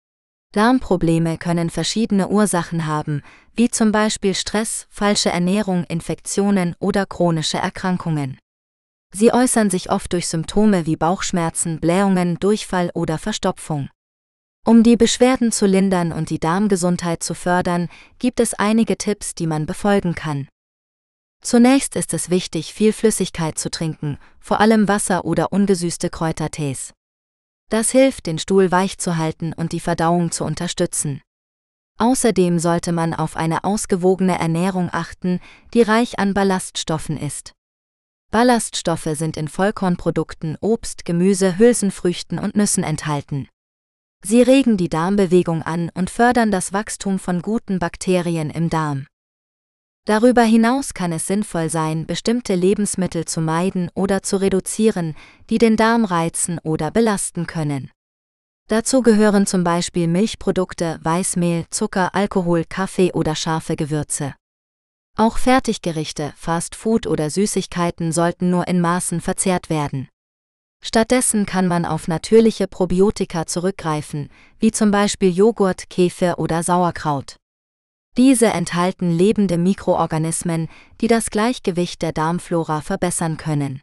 Darmprobleme können verschiedene Ursachen haben, wie zum Beispiel Stress, falsche Ernährung, Infektionen oder chronische Erkrankungen. Sie äußern sich oft durch Symptome wie Bauchschmerzen, Blähungen, Durchfall oder Verstopfung. Um die Beschwerden zu lindern und die Darmgesundheit zu fördern, gibt es einige Tipps, die man befolgen kann. Zunächst ist es wichtig, viel Flüssigkeit zu trinken, vor allem Wasser oder ungesüßte Kräutertees. Das hilft, den Stuhl weich zu halten und die Verdauung zu unterstützen. Außerdem sollte man auf eine ausgewogene Ernährung achten, die reich an Ballaststoffen ist. Ballaststoffe sind in Vollkornprodukten, Obst, Gemüse, Hülsenfrüchten und Nüssen enthalten. Sie regen die Darmbewegung an und fördern das Wachstum von guten Bakterien im Darm. Darüber hinaus kann es sinnvoll sein, bestimmte Lebensmittel zu meiden oder zu reduzieren, die den Darm reizen oder belasten können. Dazu gehören zum Beispiel Milchprodukte, Weißmehl, Zucker, Alkohol, Kaffee oder scharfe Gewürze. Auch Fertiggerichte, Fast Food oder Süßigkeiten sollten nur in Maßen verzehrt werden. Stattdessen kann man auf natürliche Probiotika zurückgreifen, wie zum Beispiel Joghurt, Kefir oder Sauerkraut. Diese enthalten lebende Mikroorganismen, die das Gleichgewicht der Darmflora verbessern können.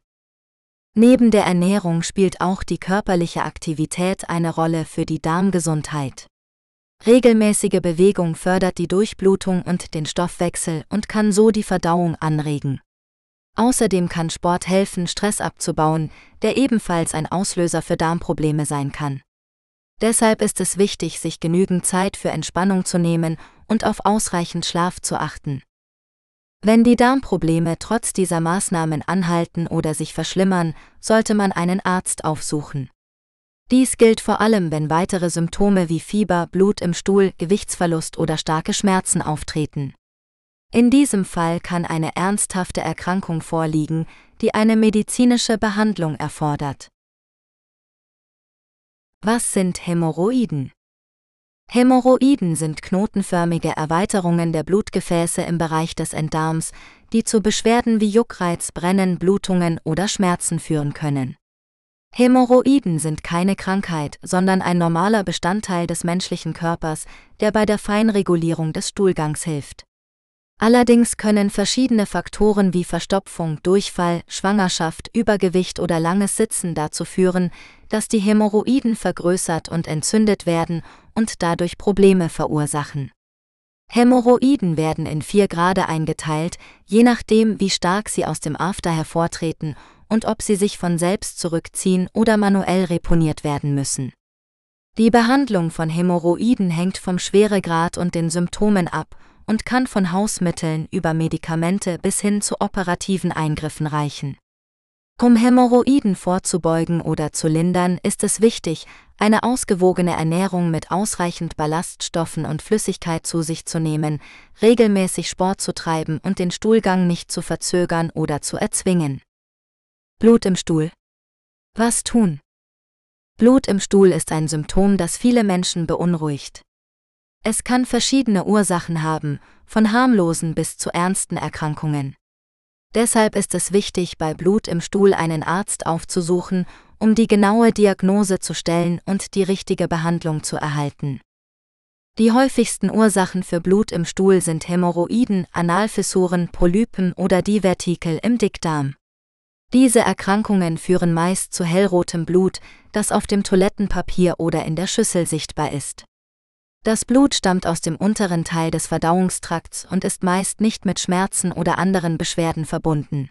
Neben der Ernährung spielt auch die körperliche Aktivität eine Rolle für die Darmgesundheit. Regelmäßige Bewegung fördert die Durchblutung und den Stoffwechsel und kann so die Verdauung anregen. Außerdem kann Sport helfen, Stress abzubauen, der ebenfalls ein Auslöser für Darmprobleme sein kann. Deshalb ist es wichtig, sich genügend Zeit für Entspannung zu nehmen und auf ausreichend Schlaf zu achten. Wenn die Darmprobleme trotz dieser Maßnahmen anhalten oder sich verschlimmern, sollte man einen Arzt aufsuchen. Dies gilt vor allem, wenn weitere Symptome wie Fieber, Blut im Stuhl, Gewichtsverlust oder starke Schmerzen auftreten. In diesem Fall kann eine ernsthafte Erkrankung vorliegen, die eine medizinische Behandlung erfordert. Was sind Hämorrhoiden? Hämorrhoiden sind knotenförmige Erweiterungen der Blutgefäße im Bereich des Enddarms, die zu Beschwerden wie Juckreiz, Brennen, Blutungen oder Schmerzen führen können. Hämorrhoiden sind keine Krankheit, sondern ein normaler Bestandteil des menschlichen Körpers, der bei der Feinregulierung des Stuhlgangs hilft. Allerdings können verschiedene Faktoren wie Verstopfung, Durchfall, Schwangerschaft, Übergewicht oder langes Sitzen dazu führen, dass die Hämorrhoiden vergrößert und entzündet werden und dadurch Probleme verursachen. Hämorrhoiden werden in vier Grade eingeteilt, je nachdem, wie stark sie aus dem After hervortreten und ob sie sich von selbst zurückziehen oder manuell reponiert werden müssen. Die Behandlung von Hämorrhoiden hängt vom Schweregrad und den Symptomen ab und kann von Hausmitteln über Medikamente bis hin zu operativen Eingriffen reichen. Um Hämorrhoiden vorzubeugen oder zu lindern, ist es wichtig, eine ausgewogene Ernährung mit ausreichend Ballaststoffen und Flüssigkeit zu sich zu nehmen, regelmäßig Sport zu treiben und den Stuhlgang nicht zu verzögern oder zu erzwingen. Blut im Stuhl. Was tun? Blut im Stuhl ist ein Symptom, das viele Menschen beunruhigt. Es kann verschiedene Ursachen haben, von harmlosen bis zu ernsten Erkrankungen. Deshalb ist es wichtig, bei Blut im Stuhl einen Arzt aufzusuchen, um die genaue Diagnose zu stellen und die richtige Behandlung zu erhalten. Die häufigsten Ursachen für Blut im Stuhl sind Hämorrhoiden, Analfissuren, Polypen oder Divertikel im Dickdarm. Diese Erkrankungen führen meist zu hellrotem Blut, das auf dem Toilettenpapier oder in der Schüssel sichtbar ist. Das Blut stammt aus dem unteren Teil des Verdauungstrakts und ist meist nicht mit Schmerzen oder anderen Beschwerden verbunden.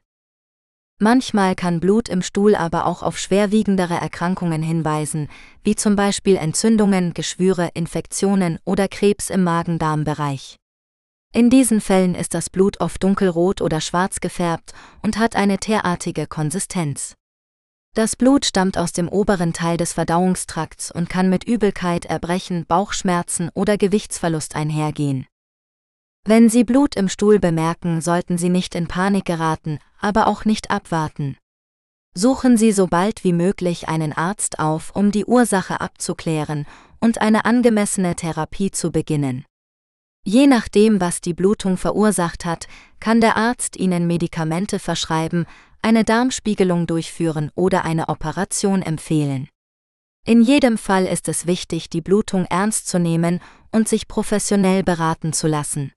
Manchmal kann Blut im Stuhl aber auch auf schwerwiegendere Erkrankungen hinweisen, wie zum Beispiel Entzündungen, Geschwüre, Infektionen oder Krebs im Magen-Darm-Bereich. In diesen Fällen ist das Blut oft dunkelrot oder schwarz gefärbt und hat eine teerartige Konsistenz. Das Blut stammt aus dem oberen Teil des Verdauungstrakts und kann mit Übelkeit, Erbrechen, Bauchschmerzen oder Gewichtsverlust einhergehen. Wenn Sie Blut im Stuhl bemerken, sollten Sie nicht in Panik geraten, aber auch nicht abwarten. Suchen Sie so bald wie möglich einen Arzt auf, um die Ursache abzuklären und eine angemessene Therapie zu beginnen. Je nachdem, was die Blutung verursacht hat, kann der Arzt Ihnen Medikamente verschreiben, eine Darmspiegelung durchführen oder eine Operation empfehlen. In jedem Fall ist es wichtig, die Blutung ernst zu nehmen und sich professionell beraten zu lassen.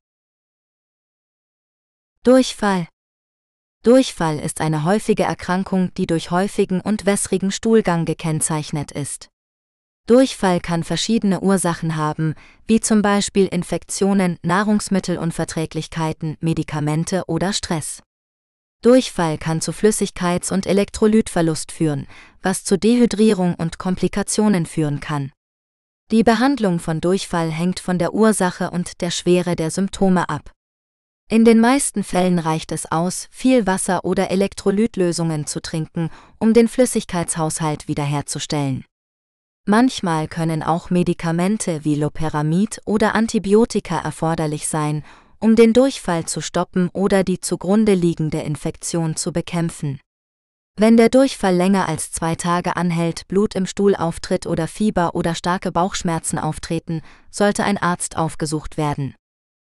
Durchfall. Durchfall ist eine häufige Erkrankung, die durch häufigen und wässrigen Stuhlgang gekennzeichnet ist. Durchfall kann verschiedene Ursachen haben, wie zum Beispiel Infektionen, Nahrungsmittelunverträglichkeiten, Medikamente oder Stress. Durchfall kann zu Flüssigkeits- und Elektrolytverlust führen, was zu Dehydrierung und Komplikationen führen kann. Die Behandlung von Durchfall hängt von der Ursache und der Schwere der Symptome ab. In den meisten Fällen reicht es aus, viel Wasser oder Elektrolytlösungen zu trinken, um den Flüssigkeitshaushalt wiederherzustellen. Manchmal können auch Medikamente wie Loperamid oder Antibiotika erforderlich sein, um den Durchfall zu stoppen oder die zugrunde liegende Infektion zu bekämpfen. Wenn der Durchfall länger als zwei Tage anhält, Blut im Stuhl auftritt oder Fieber oder starke Bauchschmerzen auftreten, sollte ein Arzt aufgesucht werden.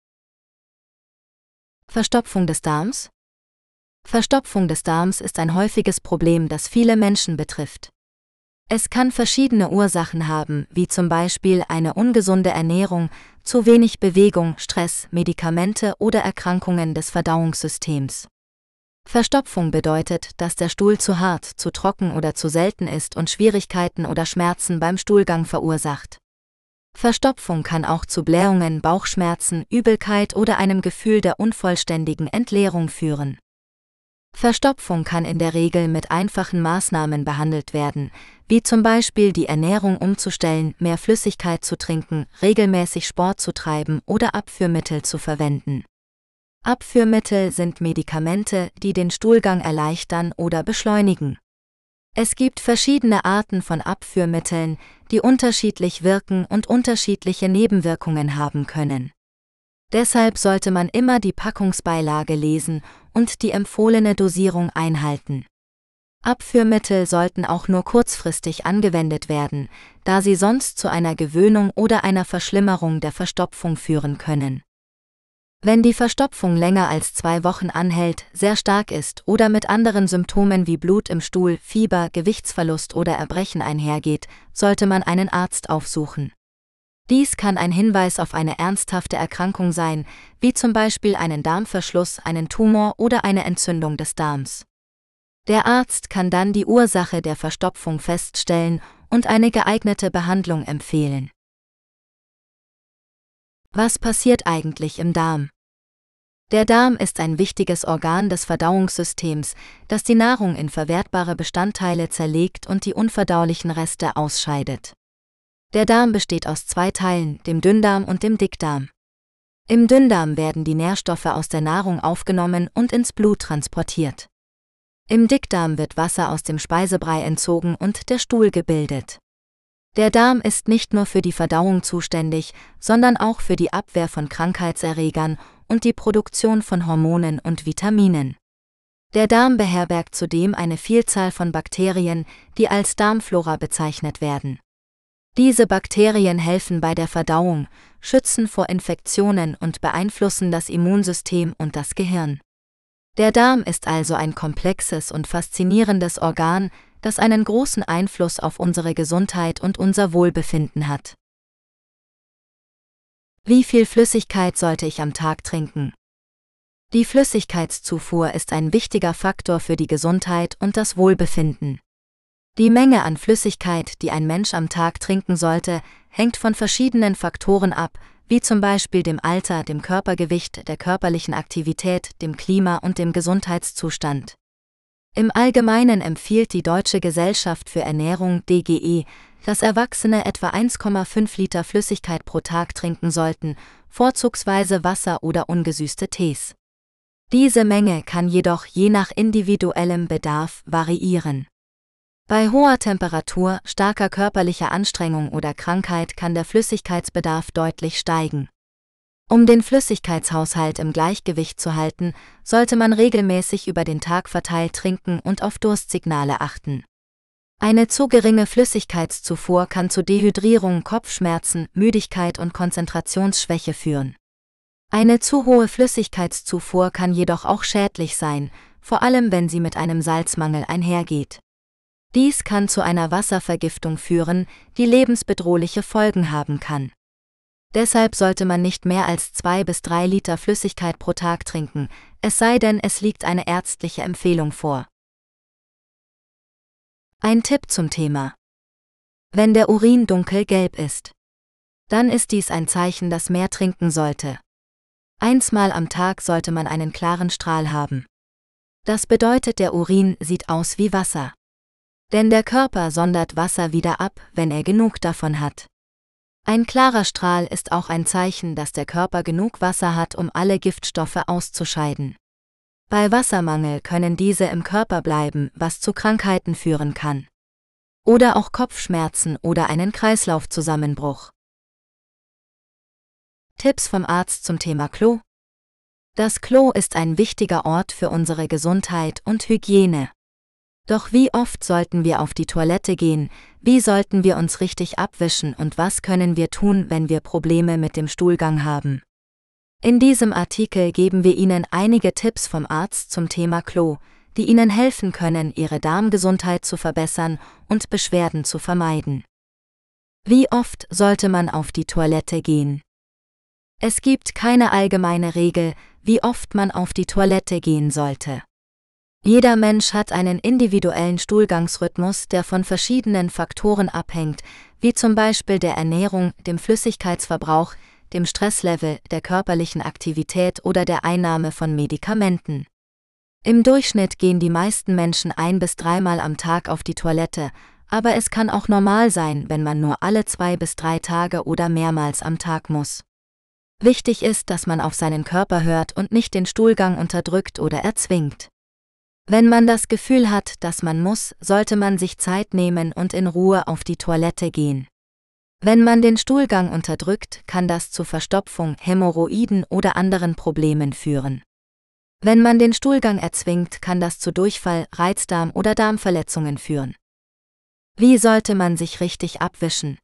Verstopfung des Darms? Verstopfung des Darms ist ein häufiges Problem, das viele Menschen betrifft. Es kann verschiedene Ursachen haben, wie zum Beispiel eine ungesunde Ernährung, zu wenig Bewegung, Stress, Medikamente oder Erkrankungen des Verdauungssystems. Verstopfung bedeutet, dass der Stuhl zu hart, zu trocken oder zu selten ist und Schwierigkeiten oder Schmerzen beim Stuhlgang verursacht. Verstopfung kann auch zu Blähungen, Bauchschmerzen, Übelkeit oder einem Gefühl der unvollständigen Entleerung führen. Verstopfung kann in der Regel mit einfachen Maßnahmen behandelt werden, wie zum Beispiel die Ernährung umzustellen, mehr Flüssigkeit zu trinken, regelmäßig Sport zu treiben oder Abführmittel zu verwenden. Abführmittel sind Medikamente, die den Stuhlgang erleichtern oder beschleunigen. Es gibt verschiedene Arten von Abführmitteln, die unterschiedlich wirken und unterschiedliche Nebenwirkungen haben können. Deshalb sollte man immer die Packungsbeilage lesen und die empfohlene Dosierung einhalten. Abführmittel sollten auch nur kurzfristig angewendet werden, da sie sonst zu einer Gewöhnung oder einer Verschlimmerung der Verstopfung führen können. Wenn die Verstopfung länger als zwei Wochen anhält, sehr stark ist oder mit anderen Symptomen wie Blut im Stuhl, Fieber, Gewichtsverlust oder Erbrechen einhergeht, sollte man einen Arzt aufsuchen. Dies kann ein Hinweis auf eine ernsthafte Erkrankung sein, wie zum Beispiel einen Darmverschluss, einen Tumor oder eine Entzündung des Darms. Der Arzt kann dann die Ursache der Verstopfung feststellen und eine geeignete Behandlung empfehlen. Was passiert eigentlich im Darm? Der Darm ist ein wichtiges Organ des Verdauungssystems, das die Nahrung in verwertbare Bestandteile zerlegt und die unverdaulichen Reste ausscheidet. Der Darm besteht aus zwei Teilen, dem Dünndarm und dem Dickdarm. Im Dünndarm werden die Nährstoffe aus der Nahrung aufgenommen und ins Blut transportiert. Im Dickdarm wird Wasser aus dem Speisebrei entzogen und der Stuhl gebildet. Der Darm ist nicht nur für die Verdauung zuständig, sondern auch für die Abwehr von Krankheitserregern und die Produktion von Hormonen und Vitaminen. Der Darm beherbergt zudem eine Vielzahl von Bakterien, die als Darmflora bezeichnet werden. Diese Bakterien helfen bei der Verdauung, schützen vor Infektionen und beeinflussen das Immunsystem und das Gehirn. Der Darm ist also ein komplexes und faszinierendes Organ, das einen großen Einfluss auf unsere Gesundheit und unser Wohlbefinden hat. Wie viel Flüssigkeit sollte ich am Tag trinken? Die Flüssigkeitszufuhr ist ein wichtiger Faktor für die Gesundheit und das Wohlbefinden. Die Menge an Flüssigkeit, die ein Mensch am Tag trinken sollte, hängt von verschiedenen Faktoren ab, wie zum Beispiel dem Alter, dem Körpergewicht, der körperlichen Aktivität, dem Klima und dem Gesundheitszustand. Im Allgemeinen empfiehlt die Deutsche Gesellschaft für Ernährung D G E, dass Erwachsene etwa eins Komma fünf Liter Flüssigkeit pro Tag trinken sollten, vorzugsweise Wasser oder ungesüßte Tees. Diese Menge kann jedoch je nach individuellem Bedarf variieren. Bei hoher Temperatur, starker körperlicher Anstrengung oder Krankheit kann der Flüssigkeitsbedarf deutlich steigen. Um den Flüssigkeitshaushalt im Gleichgewicht zu halten, sollte man regelmäßig über den Tag verteilt trinken und auf Durstsignale achten. Eine zu geringe Flüssigkeitszufuhr kann zu Dehydrierung, Kopfschmerzen, Müdigkeit und Konzentrationsschwäche führen. Eine zu hohe Flüssigkeitszufuhr kann jedoch auch schädlich sein, vor allem wenn sie mit einem Salzmangel einhergeht. Dies kann zu einer Wasservergiftung führen, die lebensbedrohliche Folgen haben kann. Deshalb sollte man nicht mehr als zwei bis drei Liter Flüssigkeit pro Tag trinken, es sei denn, es liegt eine ärztliche Empfehlung vor. Ein Tipp zum Thema: Wenn der Urin dunkelgelb ist, dann ist dies ein Zeichen, dass mehr trinken sollte. Einsmal am Tag sollte man einen klaren Strahl haben. Das bedeutet, der Urin sieht aus wie Wasser. Denn der Körper sondert Wasser wieder ab, wenn er genug davon hat. Ein klarer Strahl ist auch ein Zeichen, dass der Körper genug Wasser hat, um alle Giftstoffe auszuscheiden. Bei Wassermangel können diese im Körper bleiben, was zu Krankheiten führen kann. Oder auch Kopfschmerzen oder einen Kreislaufzusammenbruch. Tipps vom Arzt zum Thema Klo. Das Klo ist ein wichtiger Ort für unsere Gesundheit und Hygiene. Doch wie oft sollten wir auf die Toilette gehen, wie sollten wir uns richtig abwischen und was können wir tun, wenn wir Probleme mit dem Stuhlgang haben? In diesem Artikel geben wir Ihnen einige Tipps vom Arzt zum Thema Klo, die Ihnen helfen können, Ihre Darmgesundheit zu verbessern und Beschwerden zu vermeiden. Wie oft sollte man auf die Toilette gehen? Es gibt keine allgemeine Regel, wie oft man auf die Toilette gehen sollte. Jeder Mensch hat einen individuellen Stuhlgangsrhythmus, der von verschiedenen Faktoren abhängt, wie zum Beispiel der Ernährung, dem Flüssigkeitsverbrauch, dem Stresslevel, der körperlichen Aktivität oder der Einnahme von Medikamenten. Im Durchschnitt gehen die meisten Menschen ein- bis dreimal am Tag auf die Toilette, aber es kann auch normal sein, wenn man nur alle zwei bis drei Tage oder mehrmals am Tag muss. Wichtig ist, dass man auf seinen Körper hört und nicht den Stuhlgang unterdrückt oder erzwingt. Wenn man das Gefühl hat, dass man muss, sollte man sich Zeit nehmen und in Ruhe auf die Toilette gehen. Wenn man den Stuhlgang unterdrückt, kann das zu Verstopfung, Hämorrhoiden oder anderen Problemen führen. Wenn man den Stuhlgang erzwingt, kann das zu Durchfall, Reizdarm oder Darmverletzungen führen. Wie sollte man sich richtig abwischen?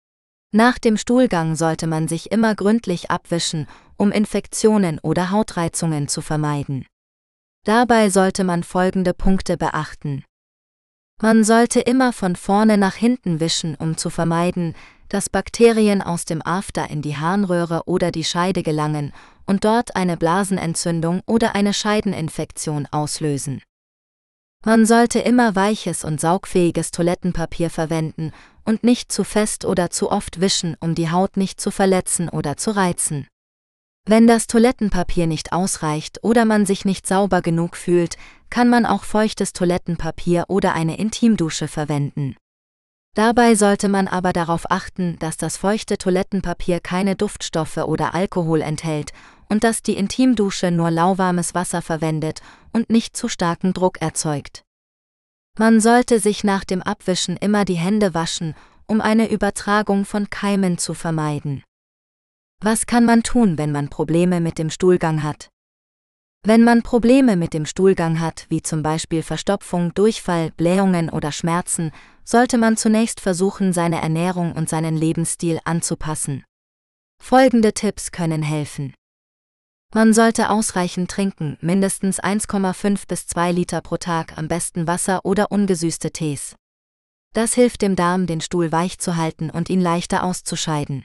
Nach dem Stuhlgang sollte man sich immer gründlich abwischen, um Infektionen oder Hautreizungen zu vermeiden. Dabei sollte man folgende Punkte beachten. Man sollte immer von vorne nach hinten wischen, um zu vermeiden, dass Bakterien aus dem After in die Harnröhre oder die Scheide gelangen und dort eine Blasenentzündung oder eine Scheideninfektion auslösen. Man sollte immer weiches und saugfähiges Toilettenpapier verwenden und nicht zu fest oder zu oft wischen, um die Haut nicht zu verletzen oder zu reizen. Wenn das Toilettenpapier nicht ausreicht oder man sich nicht sauber genug fühlt, kann man auch feuchtes Toilettenpapier oder eine Intimdusche verwenden. Dabei sollte man aber darauf achten, dass das feuchte Toilettenpapier keine Duftstoffe oder Alkohol enthält und dass die Intimdusche nur lauwarmes Wasser verwendet und nicht zu starken Druck erzeugt. Man sollte sich nach dem Abwischen immer die Hände waschen, um eine Übertragung von Keimen zu vermeiden. Was kann man tun, wenn man Probleme mit dem Stuhlgang hat? Wenn man Probleme mit dem Stuhlgang hat, wie zum Beispiel Verstopfung, Durchfall, Blähungen oder Schmerzen, sollte man zunächst versuchen, seine Ernährung und seinen Lebensstil anzupassen. Folgende Tipps können helfen. Man sollte ausreichend trinken, mindestens eins Komma fünf bis zwei Liter pro Tag, am besten Wasser oder ungesüßte Tees. Das hilft dem Darm, den Stuhl weich zu halten und ihn leichter auszuscheiden.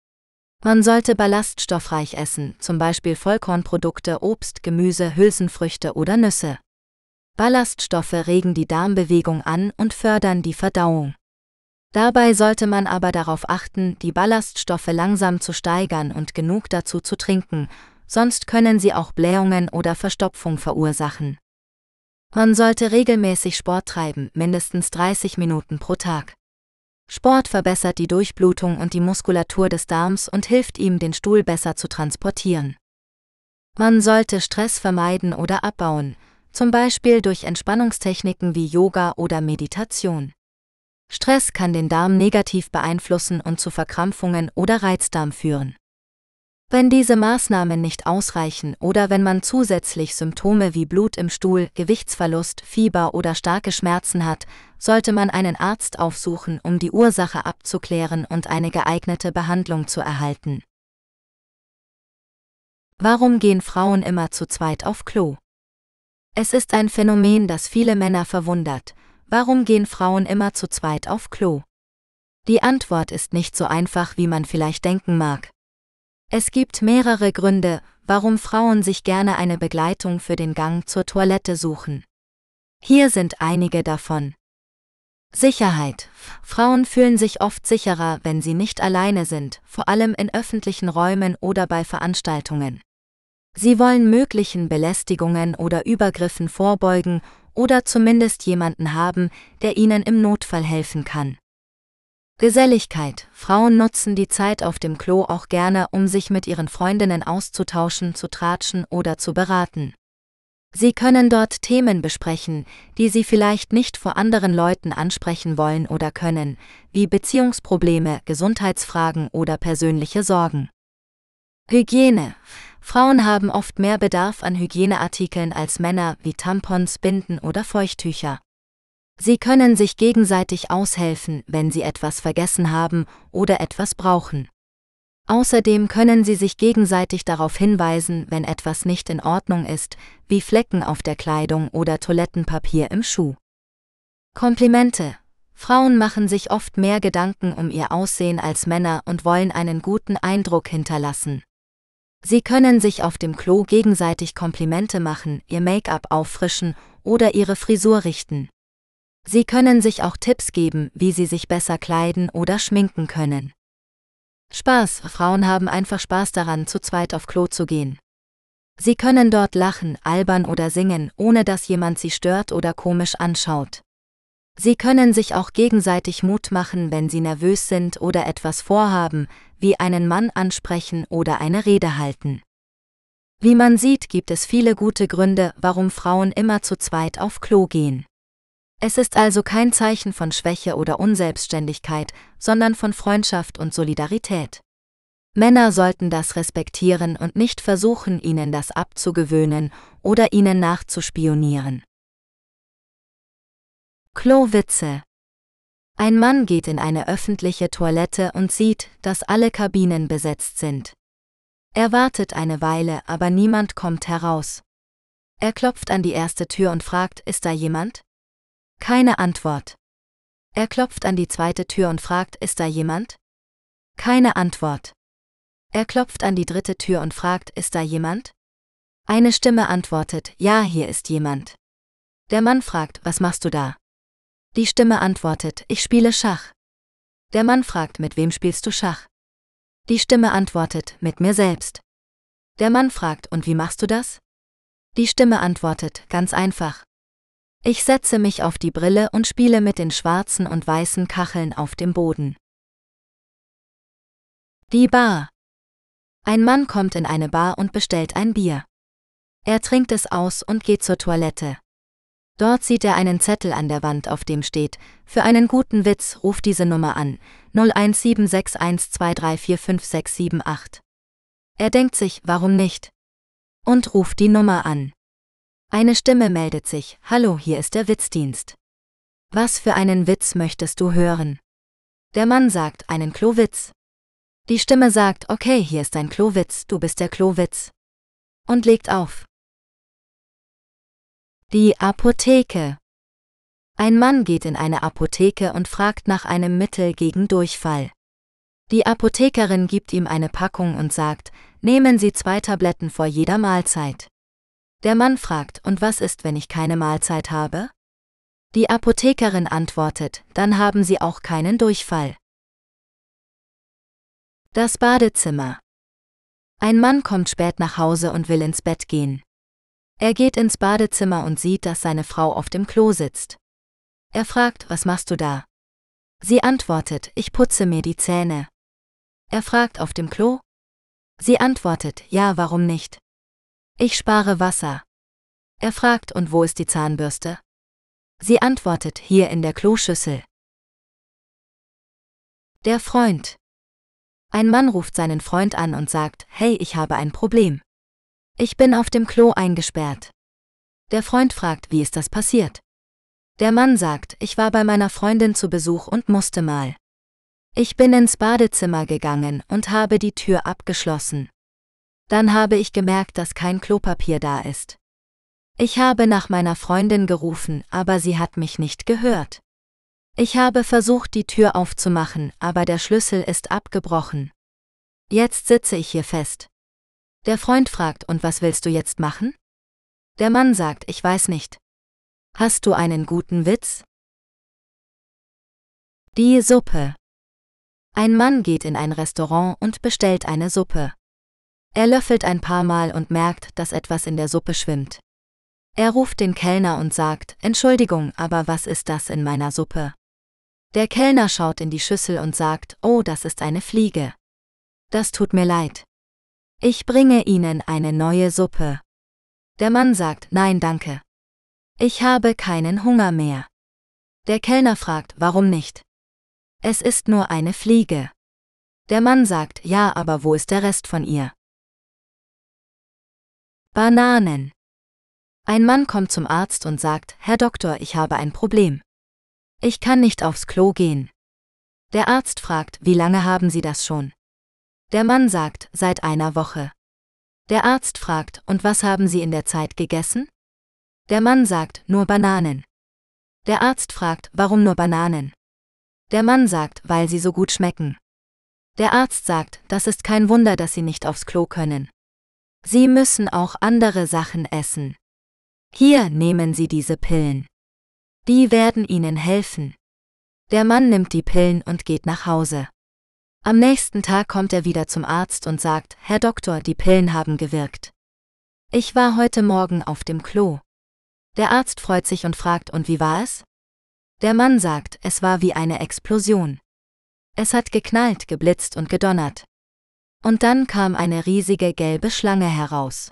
Man sollte ballaststoffreich essen, zum Beispiel Vollkornprodukte, Obst, Gemüse, Hülsenfrüchte oder Nüsse. Ballaststoffe regen die Darmbewegung an und fördern die Verdauung. Dabei sollte man aber darauf achten, die Ballaststoffe langsam zu steigern und genug dazu zu trinken, sonst können sie auch Blähungen oder Verstopfung verursachen. Man sollte regelmäßig Sport treiben, mindestens dreißig Minuten pro Tag. Sport verbessert die Durchblutung und die Muskulatur des Darms und hilft ihm, den Stuhl besser zu transportieren. Man sollte Stress vermeiden oder abbauen, zum Beispiel durch Entspannungstechniken wie Yoga oder Meditation. Stress kann den Darm negativ beeinflussen und zu Verkrampfungen oder Reizdarm führen. Wenn diese Maßnahmen nicht ausreichen oder wenn man zusätzlich Symptome wie Blut im Stuhl, Gewichtsverlust, Fieber oder starke Schmerzen hat, sollte man einen Arzt aufsuchen, um die Ursache abzuklären und eine geeignete Behandlung zu erhalten. Warum gehen Frauen immer zu zweit auf Klo? Es ist ein Phänomen, das viele Männer verwundert. Warum gehen Frauen immer zu zweit auf Klo? Die Antwort ist nicht so einfach, wie man vielleicht denken mag. Es gibt mehrere Gründe, warum Frauen sich gerne eine Begleitung für den Gang zur Toilette suchen. Hier sind einige davon. Sicherheit. Frauen fühlen sich oft sicherer, wenn sie nicht alleine sind, vor allem in öffentlichen Räumen oder bei Veranstaltungen. Sie wollen möglichen Belästigungen oder Übergriffen vorbeugen oder zumindest jemanden haben, der ihnen im Notfall helfen kann. Geselligkeit. Frauen nutzen die Zeit auf dem Klo auch gerne, um sich mit ihren Freundinnen auszutauschen, zu tratschen oder zu beraten. Sie können dort Themen besprechen, die sie vielleicht nicht vor anderen Leuten ansprechen wollen oder können, wie Beziehungsprobleme, Gesundheitsfragen oder persönliche Sorgen. Hygiene. Frauen haben oft mehr Bedarf an Hygieneartikeln als Männer, wie Tampons, Binden oder Feuchttücher. Sie können sich gegenseitig aushelfen, wenn sie etwas vergessen haben oder etwas brauchen. Außerdem können sie sich gegenseitig darauf hinweisen, wenn etwas nicht in Ordnung ist, wie Flecken auf der Kleidung oder Toilettenpapier im Schuh. Komplimente. Frauen machen sich oft mehr Gedanken um ihr Aussehen als Männer und wollen einen guten Eindruck hinterlassen. Sie können sich auf dem Klo gegenseitig Komplimente machen, ihr Make-up auffrischen oder ihre Frisur richten. Sie können sich auch Tipps geben, wie sie sich besser kleiden oder schminken können. Spaß. Frauen haben einfach Spaß daran, zu zweit auf Klo zu gehen. Sie können dort lachen, albern oder singen, ohne dass jemand sie stört oder komisch anschaut. Sie können sich auch gegenseitig Mut machen, wenn sie nervös sind oder etwas vorhaben, wie einen Mann ansprechen oder eine Rede halten. Wie man sieht, gibt es viele gute Gründe, warum Frauen immer zu zweit auf Klo gehen. Es ist also kein Zeichen von Schwäche oder Unselbstständigkeit, sondern von Freundschaft und Solidarität. Männer sollten das respektieren und nicht versuchen, ihnen das abzugewöhnen oder ihnen nachzuspionieren. Klowitze. Ein Mann geht in eine öffentliche Toilette und sieht, dass alle Kabinen besetzt sind. Er wartet eine Weile, aber niemand kommt heraus. Er klopft an die erste Tür und fragt, ist da jemand? Keine Antwort. Er klopft an die zweite Tür und fragt, ist da jemand? Keine Antwort. Er klopft an die dritte Tür und fragt, ist da jemand? Eine Stimme antwortet, ja, hier ist jemand. Der Mann fragt, was machst du da? Die Stimme antwortet, ich spiele Schach. Der Mann fragt, mit wem spielst du Schach? Die Stimme antwortet, mit mir selbst. Der Mann fragt, und wie machst du das? Die Stimme antwortet, ganz einfach. Ich setze mich auf die Brille und spiele mit den schwarzen und weißen Kacheln auf dem Boden. Die Bar. Ein Mann kommt in eine Bar und bestellt ein Bier. Er trinkt es aus und geht zur Toilette. Dort sieht er einen Zettel an der Wand, auf dem steht, für einen guten Witz ruf diese Nummer an, null eins sieben sechs eins zwei drei vier fünf sechs sieben acht. Er denkt sich, warum nicht? Und ruft die Nummer an. Eine Stimme meldet sich, hallo, hier ist der Witzdienst. Was für einen Witz möchtest du hören? Der Mann sagt, einen Klowitz. Die Stimme sagt, okay, hier ist ein Klowitz, du bist der Klowitz. Und legt auf. Die Apotheke. Ein Mann geht in eine Apotheke und fragt nach einem Mittel gegen Durchfall. Die Apothekerin gibt ihm eine Packung und sagt, nehmen Sie zwei Tabletten vor jeder Mahlzeit. Der Mann fragt, und was ist, wenn ich keine Mahlzeit habe? Die Apothekerin antwortet, dann haben Sie auch keinen Durchfall. Das Badezimmer. Ein Mann kommt spät nach Hause und will ins Bett gehen. Er geht ins Badezimmer und sieht, dass seine Frau auf dem Klo sitzt. Er fragt, was machst du da? Sie antwortet, ich putze mir die Zähne. Er fragt, auf dem Klo? Sie antwortet, ja, warum nicht? Ich spare Wasser. Er fragt, und wo ist die Zahnbürste? Sie antwortet, hier in der Kloschüssel. Der Freund. Ein Mann ruft seinen Freund an und sagt, hey, ich habe ein Problem. Ich bin auf dem Klo eingesperrt. Der Freund fragt, wie ist das passiert? Der Mann sagt, ich war bei meiner Freundin zu Besuch und musste mal. Ich bin ins Badezimmer gegangen und habe die Tür abgeschlossen. Dann habe ich gemerkt, dass kein Klopapier da ist. Ich habe nach meiner Freundin gerufen, aber sie hat mich nicht gehört. Ich habe versucht, die Tür aufzumachen, aber der Schlüssel ist abgebrochen. Jetzt sitze ich hier fest. Der Freund fragt, und was willst du jetzt machen? Der Mann sagt, ich weiß nicht. Hast du einen guten Witz? Die Suppe. Ein Mann geht in ein Restaurant und bestellt eine Suppe. Er löffelt ein paar Mal und merkt, dass etwas in der Suppe schwimmt. Er ruft den Kellner und sagt, Entschuldigung, aber was ist das in meiner Suppe? Der Kellner schaut in die Schüssel und sagt, oh, das ist eine Fliege. Das tut mir leid. Ich bringe Ihnen eine neue Suppe. Der Mann sagt, nein, danke. Ich habe keinen Hunger mehr. Der Kellner fragt, warum nicht? Es ist nur eine Fliege. Der Mann sagt, ja, aber wo ist der Rest von ihr? Bananen. Ein Mann kommt zum Arzt und sagt, Herr Doktor, ich habe ein Problem. Ich kann nicht aufs Klo gehen. Der Arzt fragt, wie lange haben Sie das schon? Der Mann sagt, seit einer Woche. Der Arzt fragt, und was haben Sie in der Zeit gegessen? Der Mann sagt, nur Bananen. Der Arzt fragt, warum nur Bananen? Der Mann sagt, weil sie so gut schmecken. Der Arzt sagt, das ist kein Wunder, dass Sie nicht aufs Klo können. Sie müssen auch andere Sachen essen. Hier nehmen Sie diese Pillen. Die werden Ihnen helfen. Der Mann nimmt die Pillen und geht nach Hause. Am nächsten Tag kommt er wieder zum Arzt und sagt, Herr Doktor, die Pillen haben gewirkt. Ich war heute Morgen auf dem Klo. Der Arzt freut sich und fragt, und wie war es? Der Mann sagt, es war wie eine Explosion. Es hat geknallt, geblitzt und gedonnert. Und dann kam eine riesige gelbe Schlange heraus.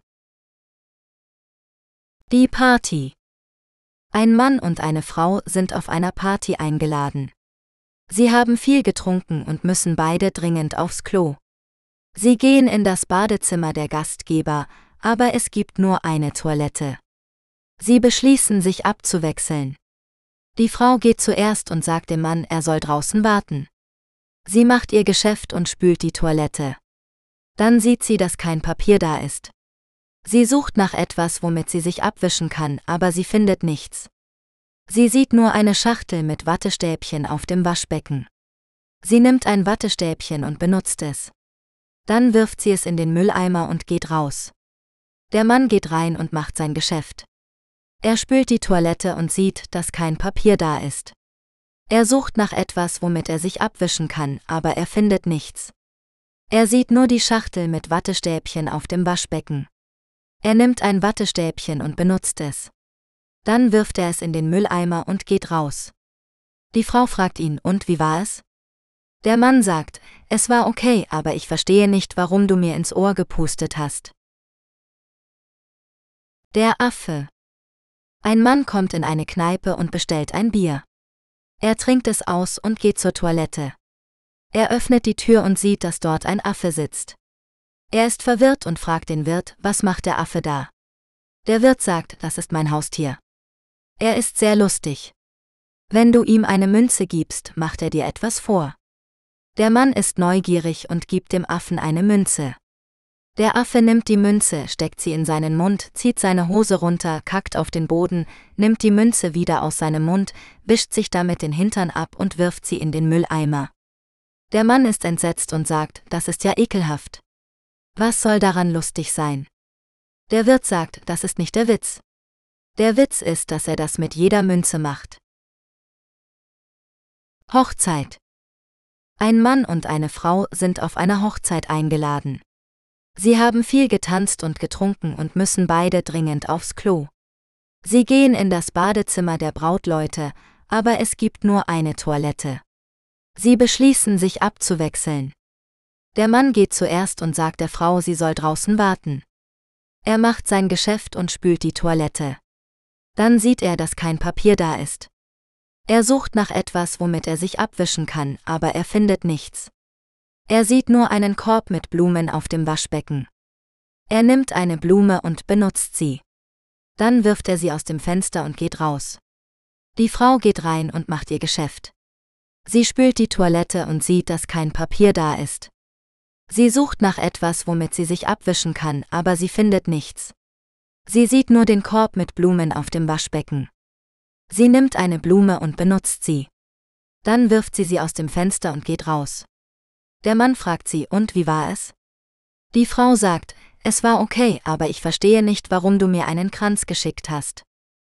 Die Party. Ein Mann und eine Frau sind auf einer Party eingeladen. Sie haben viel getrunken und müssen beide dringend aufs Klo. Sie gehen in das Badezimmer der Gastgeber, aber es gibt nur eine Toilette. Sie beschließen, sich abzuwechseln. Die Frau geht zuerst und sagt dem Mann, er soll draußen warten. Sie macht ihr Geschäft und spült die Toilette. Dann sieht sie, dass kein Papier da ist. Sie sucht nach etwas, womit sie sich abwischen kann, aber sie findet nichts. Sie sieht nur eine Schachtel mit Wattestäbchen auf dem Waschbecken. Sie nimmt ein Wattestäbchen und benutzt es. Dann wirft sie es in den Mülleimer und geht raus. Der Mann geht rein und macht sein Geschäft. Er spült die Toilette und sieht, dass kein Papier da ist. Er sucht nach etwas, womit er sich abwischen kann, aber er findet nichts. Er sieht nur die Schachtel mit Wattestäbchen auf dem Waschbecken. Er nimmt ein Wattestäbchen und benutzt es. Dann wirft er es in den Mülleimer und geht raus. Die Frau fragt ihn, und wie war es? Der Mann sagt, es war okay, aber ich verstehe nicht, warum du mir ins Ohr gepustet hast. Der Affe. Ein Mann kommt in eine Kneipe und bestellt ein Bier. Er trinkt es aus und geht zur Toilette. Er öffnet die Tür und sieht, dass dort ein Affe sitzt. Er ist verwirrt und fragt den Wirt, was macht der Affe da? Der Wirt sagt, das ist mein Haustier. Er ist sehr lustig. Wenn du ihm eine Münze gibst, macht er dir etwas vor. Der Mann ist neugierig und gibt dem Affen eine Münze. Der Affe nimmt die Münze, steckt sie in seinen Mund, zieht seine Hose runter, kackt auf den Boden, nimmt die Münze wieder aus seinem Mund, wischt sich damit den Hintern ab und wirft sie in den Mülleimer. Der Mann ist entsetzt und sagt, das ist ja ekelhaft. Was soll daran lustig sein? Der Wirt sagt, das ist nicht der Witz. Der Witz ist, dass er das mit jeder Münze macht. Hochzeit. Ein Mann und eine Frau sind auf einer Hochzeit eingeladen. Sie haben viel getanzt und getrunken und müssen beide dringend aufs Klo. Sie gehen in das Badezimmer der Brautleute, aber es gibt nur eine Toilette. Sie beschließen, sich abzuwechseln. Der Mann geht zuerst und sagt der Frau, sie soll draußen warten. Er macht sein Geschäft und spült die Toilette. Dann sieht er, dass kein Papier da ist. Er sucht nach etwas, womit er sich abwischen kann, aber er findet nichts. Er sieht nur einen Korb mit Blumen auf dem Waschbecken. Er nimmt eine Blume und benutzt sie. Dann wirft er sie aus dem Fenster und geht raus. Die Frau geht rein und macht ihr Geschäft. Sie spült die Toilette und sieht, dass kein Papier da ist. Sie sucht nach etwas, womit sie sich abwischen kann, aber sie findet nichts. Sie sieht nur den Korb mit Blumen auf dem Waschbecken. Sie nimmt eine Blume und benutzt sie. Dann wirft sie sie aus dem Fenster und geht raus. Der Mann fragt sie, und wie war es? Die Frau sagt, es war okay, aber ich verstehe nicht, warum du mir einen Kranz geschickt hast.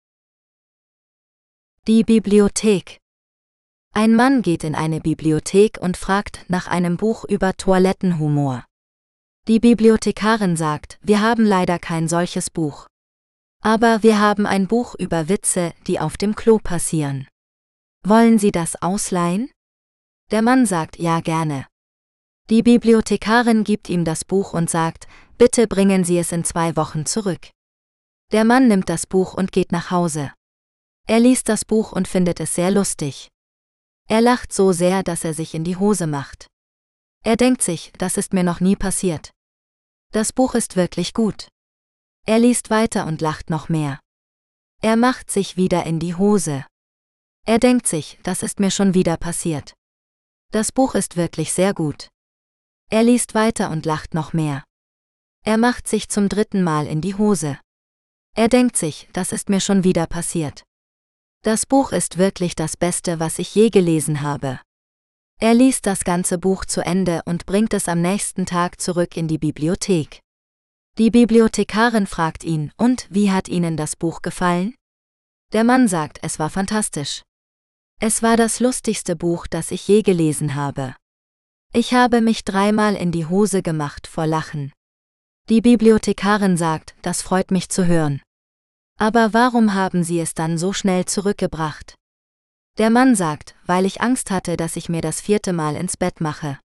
Die Bibliothek. Ein Mann geht in eine Bibliothek und fragt nach einem Buch über Toilettenhumor. Die Bibliothekarin sagt, wir haben leider kein solches Buch. Aber wir haben ein Buch über Witze, die auf dem Klo passieren. Wollen Sie das ausleihen? Der Mann sagt, ja gerne. Die Bibliothekarin gibt ihm das Buch und sagt, bitte bringen Sie es in zwei Wochen zurück. Der Mann nimmt das Buch und geht nach Hause. Er liest das Buch und findet es sehr lustig. Er lacht so sehr, dass er sich in die Hose macht. Er denkt sich, das ist mir noch nie passiert. Das Buch ist wirklich gut. Er liest weiter und lacht noch mehr. Er macht sich wieder in die Hose. Er denkt sich, das ist mir schon wieder passiert. Das Buch ist wirklich sehr gut. Er liest weiter und lacht noch mehr. Er macht sich zum dritten Mal in die Hose. Er denkt sich, das ist mir schon wieder passiert. Das Buch ist wirklich das Beste, was ich je gelesen habe. Er liest das ganze Buch zu Ende und bringt es am nächsten Tag zurück in die Bibliothek. Die Bibliothekarin fragt ihn, und wie hat Ihnen das Buch gefallen? Der Mann sagt, es war fantastisch. Es war das lustigste Buch, das ich je gelesen habe. Ich habe mich dreimal in die Hose gemacht vor Lachen. Die Bibliothekarin sagt, das freut mich zu hören. Aber warum haben Sie es dann so schnell zurückgebracht? Der Mann sagt, weil ich Angst hatte, dass ich mir das vierte Mal ins Bett mache.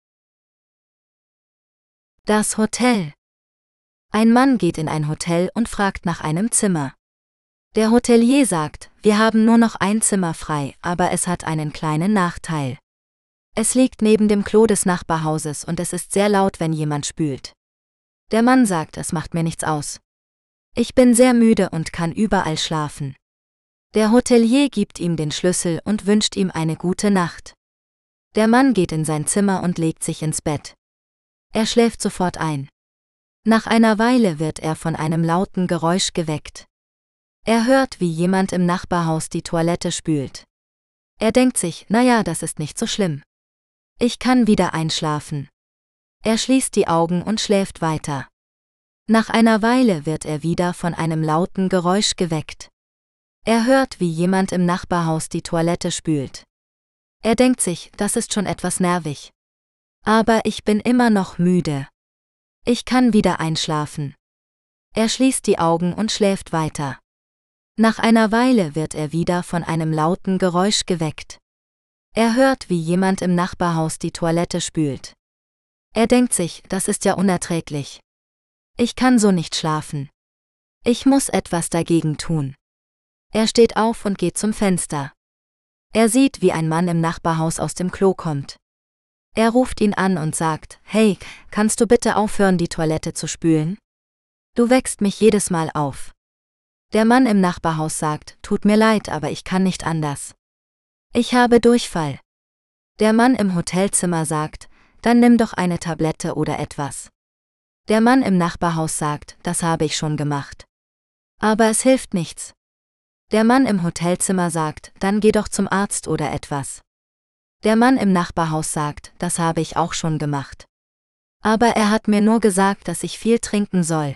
Das Hotel. Ein Mann geht in ein Hotel und fragt nach einem Zimmer. Der Hotelier sagt, wir haben nur noch ein Zimmer frei, aber es hat einen kleinen Nachteil. Es liegt neben dem Klo des Nachbarhauses und es ist sehr laut, wenn jemand spült. Der Mann sagt, es macht mir nichts aus. Ich bin sehr müde und kann überall schlafen. Der Hotelier gibt ihm den Schlüssel und wünscht ihm eine gute Nacht. Der Mann geht in sein Zimmer und legt sich ins Bett. Er schläft sofort ein. Nach einer Weile wird er von einem lauten Geräusch geweckt. Er hört, wie jemand im Nachbarhaus die Toilette spült. Er denkt sich, naja, das ist nicht so schlimm. Ich kann wieder einschlafen. Er schließt die Augen und schläft weiter. Nach einer Weile wird er wieder von einem lauten Geräusch geweckt. Er hört, wie jemand im Nachbarhaus die Toilette spült. Er denkt sich, das ist schon etwas nervig. Aber ich bin immer noch müde. Ich kann wieder einschlafen. Er schließt die Augen und schläft weiter. Nach einer Weile wird er wieder von einem lauten Geräusch geweckt. Er hört, wie jemand im Nachbarhaus die Toilette spült. Er denkt sich, das ist ja unerträglich. Ich kann so nicht schlafen. Ich muss etwas dagegen tun. Er steht auf und geht zum Fenster. Er sieht, wie ein Mann im Nachbarhaus aus dem Klo kommt. Er ruft ihn an und sagt, hey, kannst du bitte aufhören, die Toilette zu spülen? Du weckst mich jedes Mal auf. Der Mann im Nachbarhaus sagt, tut mir leid, aber ich kann nicht anders. Ich habe Durchfall. Der Mann im Hotelzimmer sagt, dann nimm doch eine Tablette oder etwas. Der Mann im Nachbarhaus sagt, das habe ich schon gemacht. Aber es hilft nichts. Der Mann im Hotelzimmer sagt, dann geh doch zum Arzt oder etwas. Der Mann im Nachbarhaus sagt, das habe ich auch schon gemacht. Aber er hat mir nur gesagt, dass ich viel trinken soll.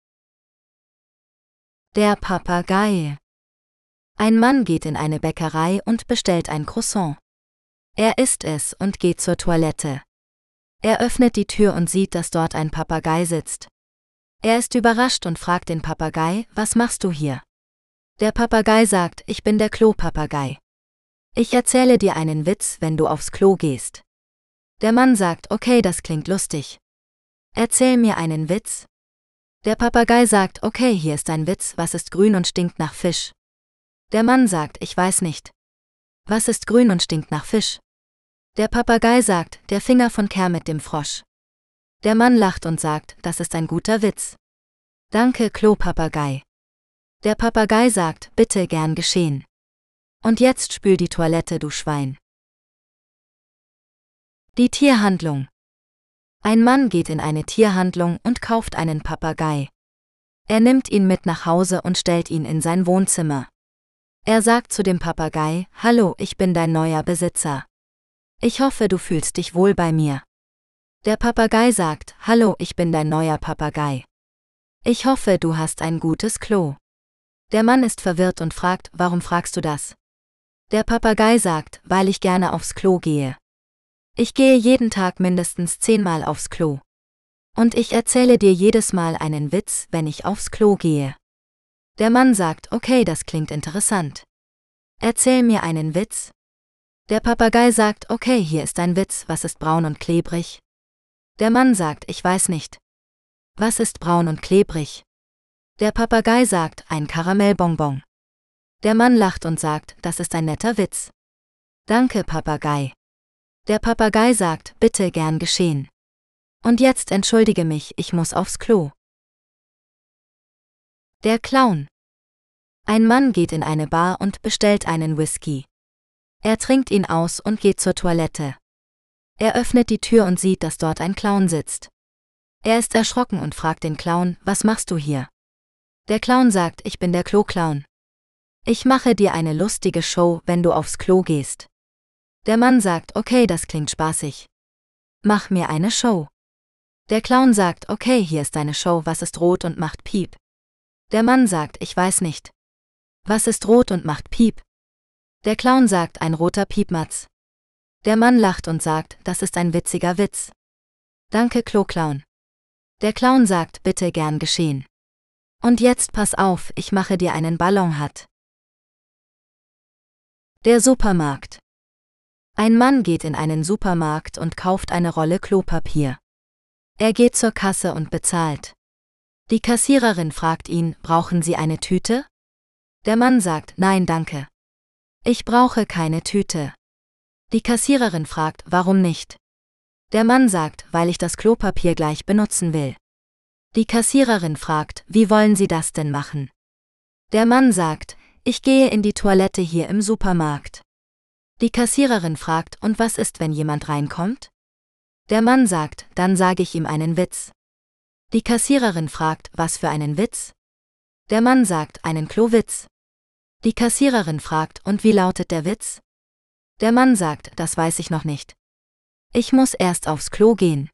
Der Papagei. Ein Mann geht in eine Bäckerei und bestellt ein Croissant. Er isst es und geht zur Toilette. Er öffnet die Tür und sieht, dass dort ein Papagei sitzt. Er ist überrascht und fragt den Papagei, was machst du hier? Der Papagei sagt, ich bin der Klopapagei. Ich erzähle dir einen Witz, wenn du aufs Klo gehst. Der Mann sagt, okay, das klingt lustig. Erzähl mir einen Witz. Der Papagei sagt, okay, hier ist ein Witz, was ist grün und stinkt nach Fisch? Der Mann sagt, ich weiß nicht. Was ist grün und stinkt nach Fisch? Der Papagei sagt, der Finger von Kermit dem Frosch. Der Mann lacht und sagt, das ist ein guter Witz. Danke, Klopapagei. Der Papagei sagt, bitte gern geschehen. Und jetzt spül die Toilette, du Schwein. Die Tierhandlung. Ein Mann geht in eine Tierhandlung und kauft einen Papagei. Er nimmt ihn mit nach Hause und stellt ihn in sein Wohnzimmer. Er sagt zu dem Papagei, hallo, ich bin dein neuer Besitzer. Ich hoffe, du fühlst dich wohl bei mir. Der Papagei sagt, hallo, ich bin dein neuer Papagei. Ich hoffe, du hast ein gutes Klo. Der Mann ist verwirrt und fragt, warum fragst du das? Der Papagei sagt, weil ich gerne aufs Klo gehe. Ich gehe jeden Tag mindestens zehnmal aufs Klo. Und ich erzähle dir jedes Mal einen Witz, wenn ich aufs Klo gehe. Der Mann sagt, okay, das klingt interessant. Erzähl mir einen Witz. Der Papagei sagt, okay, hier ist ein Witz, was ist braun und klebrig? Der Mann sagt, ich weiß nicht. Was ist braun und klebrig? Der Papagei sagt, ein Karamellbonbon. Der Mann lacht und sagt, das ist ein netter Witz. Danke, Papagei. Der Papagei sagt, bitte gern geschehen. Und jetzt entschuldige mich, ich muss aufs Klo. Der Clown. Ein Mann geht in eine Bar und bestellt einen Whisky. Er trinkt ihn aus und geht zur Toilette. Er öffnet die Tür und sieht, dass dort ein Clown sitzt. Er ist erschrocken und fragt den Clown, was machst du hier? Der Clown sagt, ich bin der Klo-Clown. Ich mache dir eine lustige Show, wenn du aufs Klo gehst. Der Mann sagt, okay, das klingt spaßig. Mach mir eine Show. Der Clown sagt, okay, hier ist deine Show, was ist rot und macht Piep? Der Mann sagt, ich weiß nicht. Was ist rot und macht Piep? Der Clown sagt, ein roter Piepmatz. Der Mann lacht und sagt, das ist ein witziger Witz. Danke, Klo-Clown. Der Clown sagt, bitte gern geschehen. Und jetzt pass auf, ich mache dir einen Ballonhut. Der Supermarkt. Ein Mann geht in einen Supermarkt und kauft eine Rolle Klopapier. Er geht zur Kasse und bezahlt. Die Kassiererin fragt ihn, brauchen Sie eine Tüte? Der Mann sagt, nein, danke. Ich brauche keine Tüte. Die Kassiererin fragt, warum nicht? Der Mann sagt, weil ich das Klopapier gleich benutzen will. Die Kassiererin fragt, wie wollen Sie das denn machen? Der Mann sagt, ich gehe in die Toilette hier im Supermarkt. Die Kassiererin fragt, und was ist, wenn jemand reinkommt? Der Mann sagt, dann sage ich ihm einen Witz. Die Kassiererin fragt, was für einen Witz? Der Mann sagt, einen Klowitz. Die Kassiererin fragt, und wie lautet der Witz? Der Mann sagt, das weiß ich noch nicht. Ich muss erst aufs Klo gehen.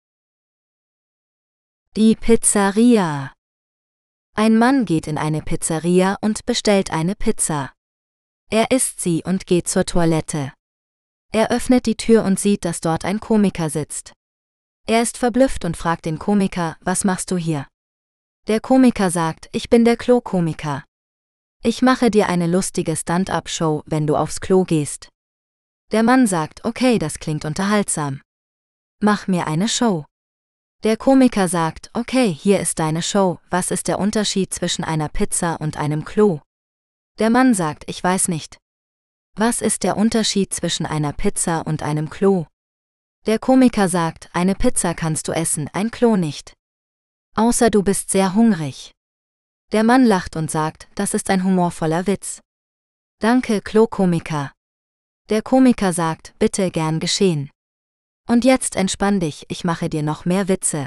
Die Pizzeria. Ein Mann geht in eine Pizzeria und bestellt eine Pizza. Er isst sie und geht zur Toilette. Er öffnet die Tür und sieht, dass dort ein Komiker sitzt. Er ist verblüfft und fragt den Komiker, was machst du hier? Der Komiker sagt, ich bin der Klo-Komiker. Ich mache dir eine lustige Stand-up-Show, wenn du aufs Klo gehst. Der Mann sagt, okay, das klingt unterhaltsam. Mach mir eine Show. Der Komiker sagt, okay, hier ist deine Show, was ist der Unterschied zwischen einer Pizza und einem Klo? Der Mann sagt, ich weiß nicht. Was ist der Unterschied zwischen einer Pizza und einem Klo? Der Komiker sagt, eine Pizza kannst du essen, ein Klo nicht. Außer du bist sehr hungrig. Der Mann lacht und sagt, das ist ein humorvoller Witz. Danke, Klo-Komiker. Der Komiker sagt, bitte gern geschehen. Und jetzt entspann dich, ich mache dir noch mehr Witze.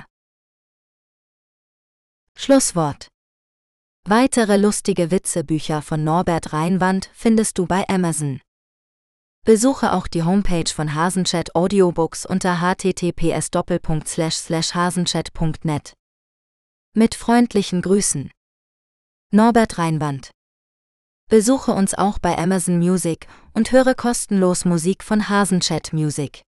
Schlusswort. Weitere lustige Witzebücher von Norbert Reinwand findest du bei Amazon. Besuche auch die Homepage von Hasenchat Audiobooks unter h t t p s doppelpunkt slash slash hasenchat punkt net. Mit freundlichen Grüßen. Norbert Reinwand. Besuche uns auch bei Amazon Music und höre kostenlos Musik von Hasenchat Music.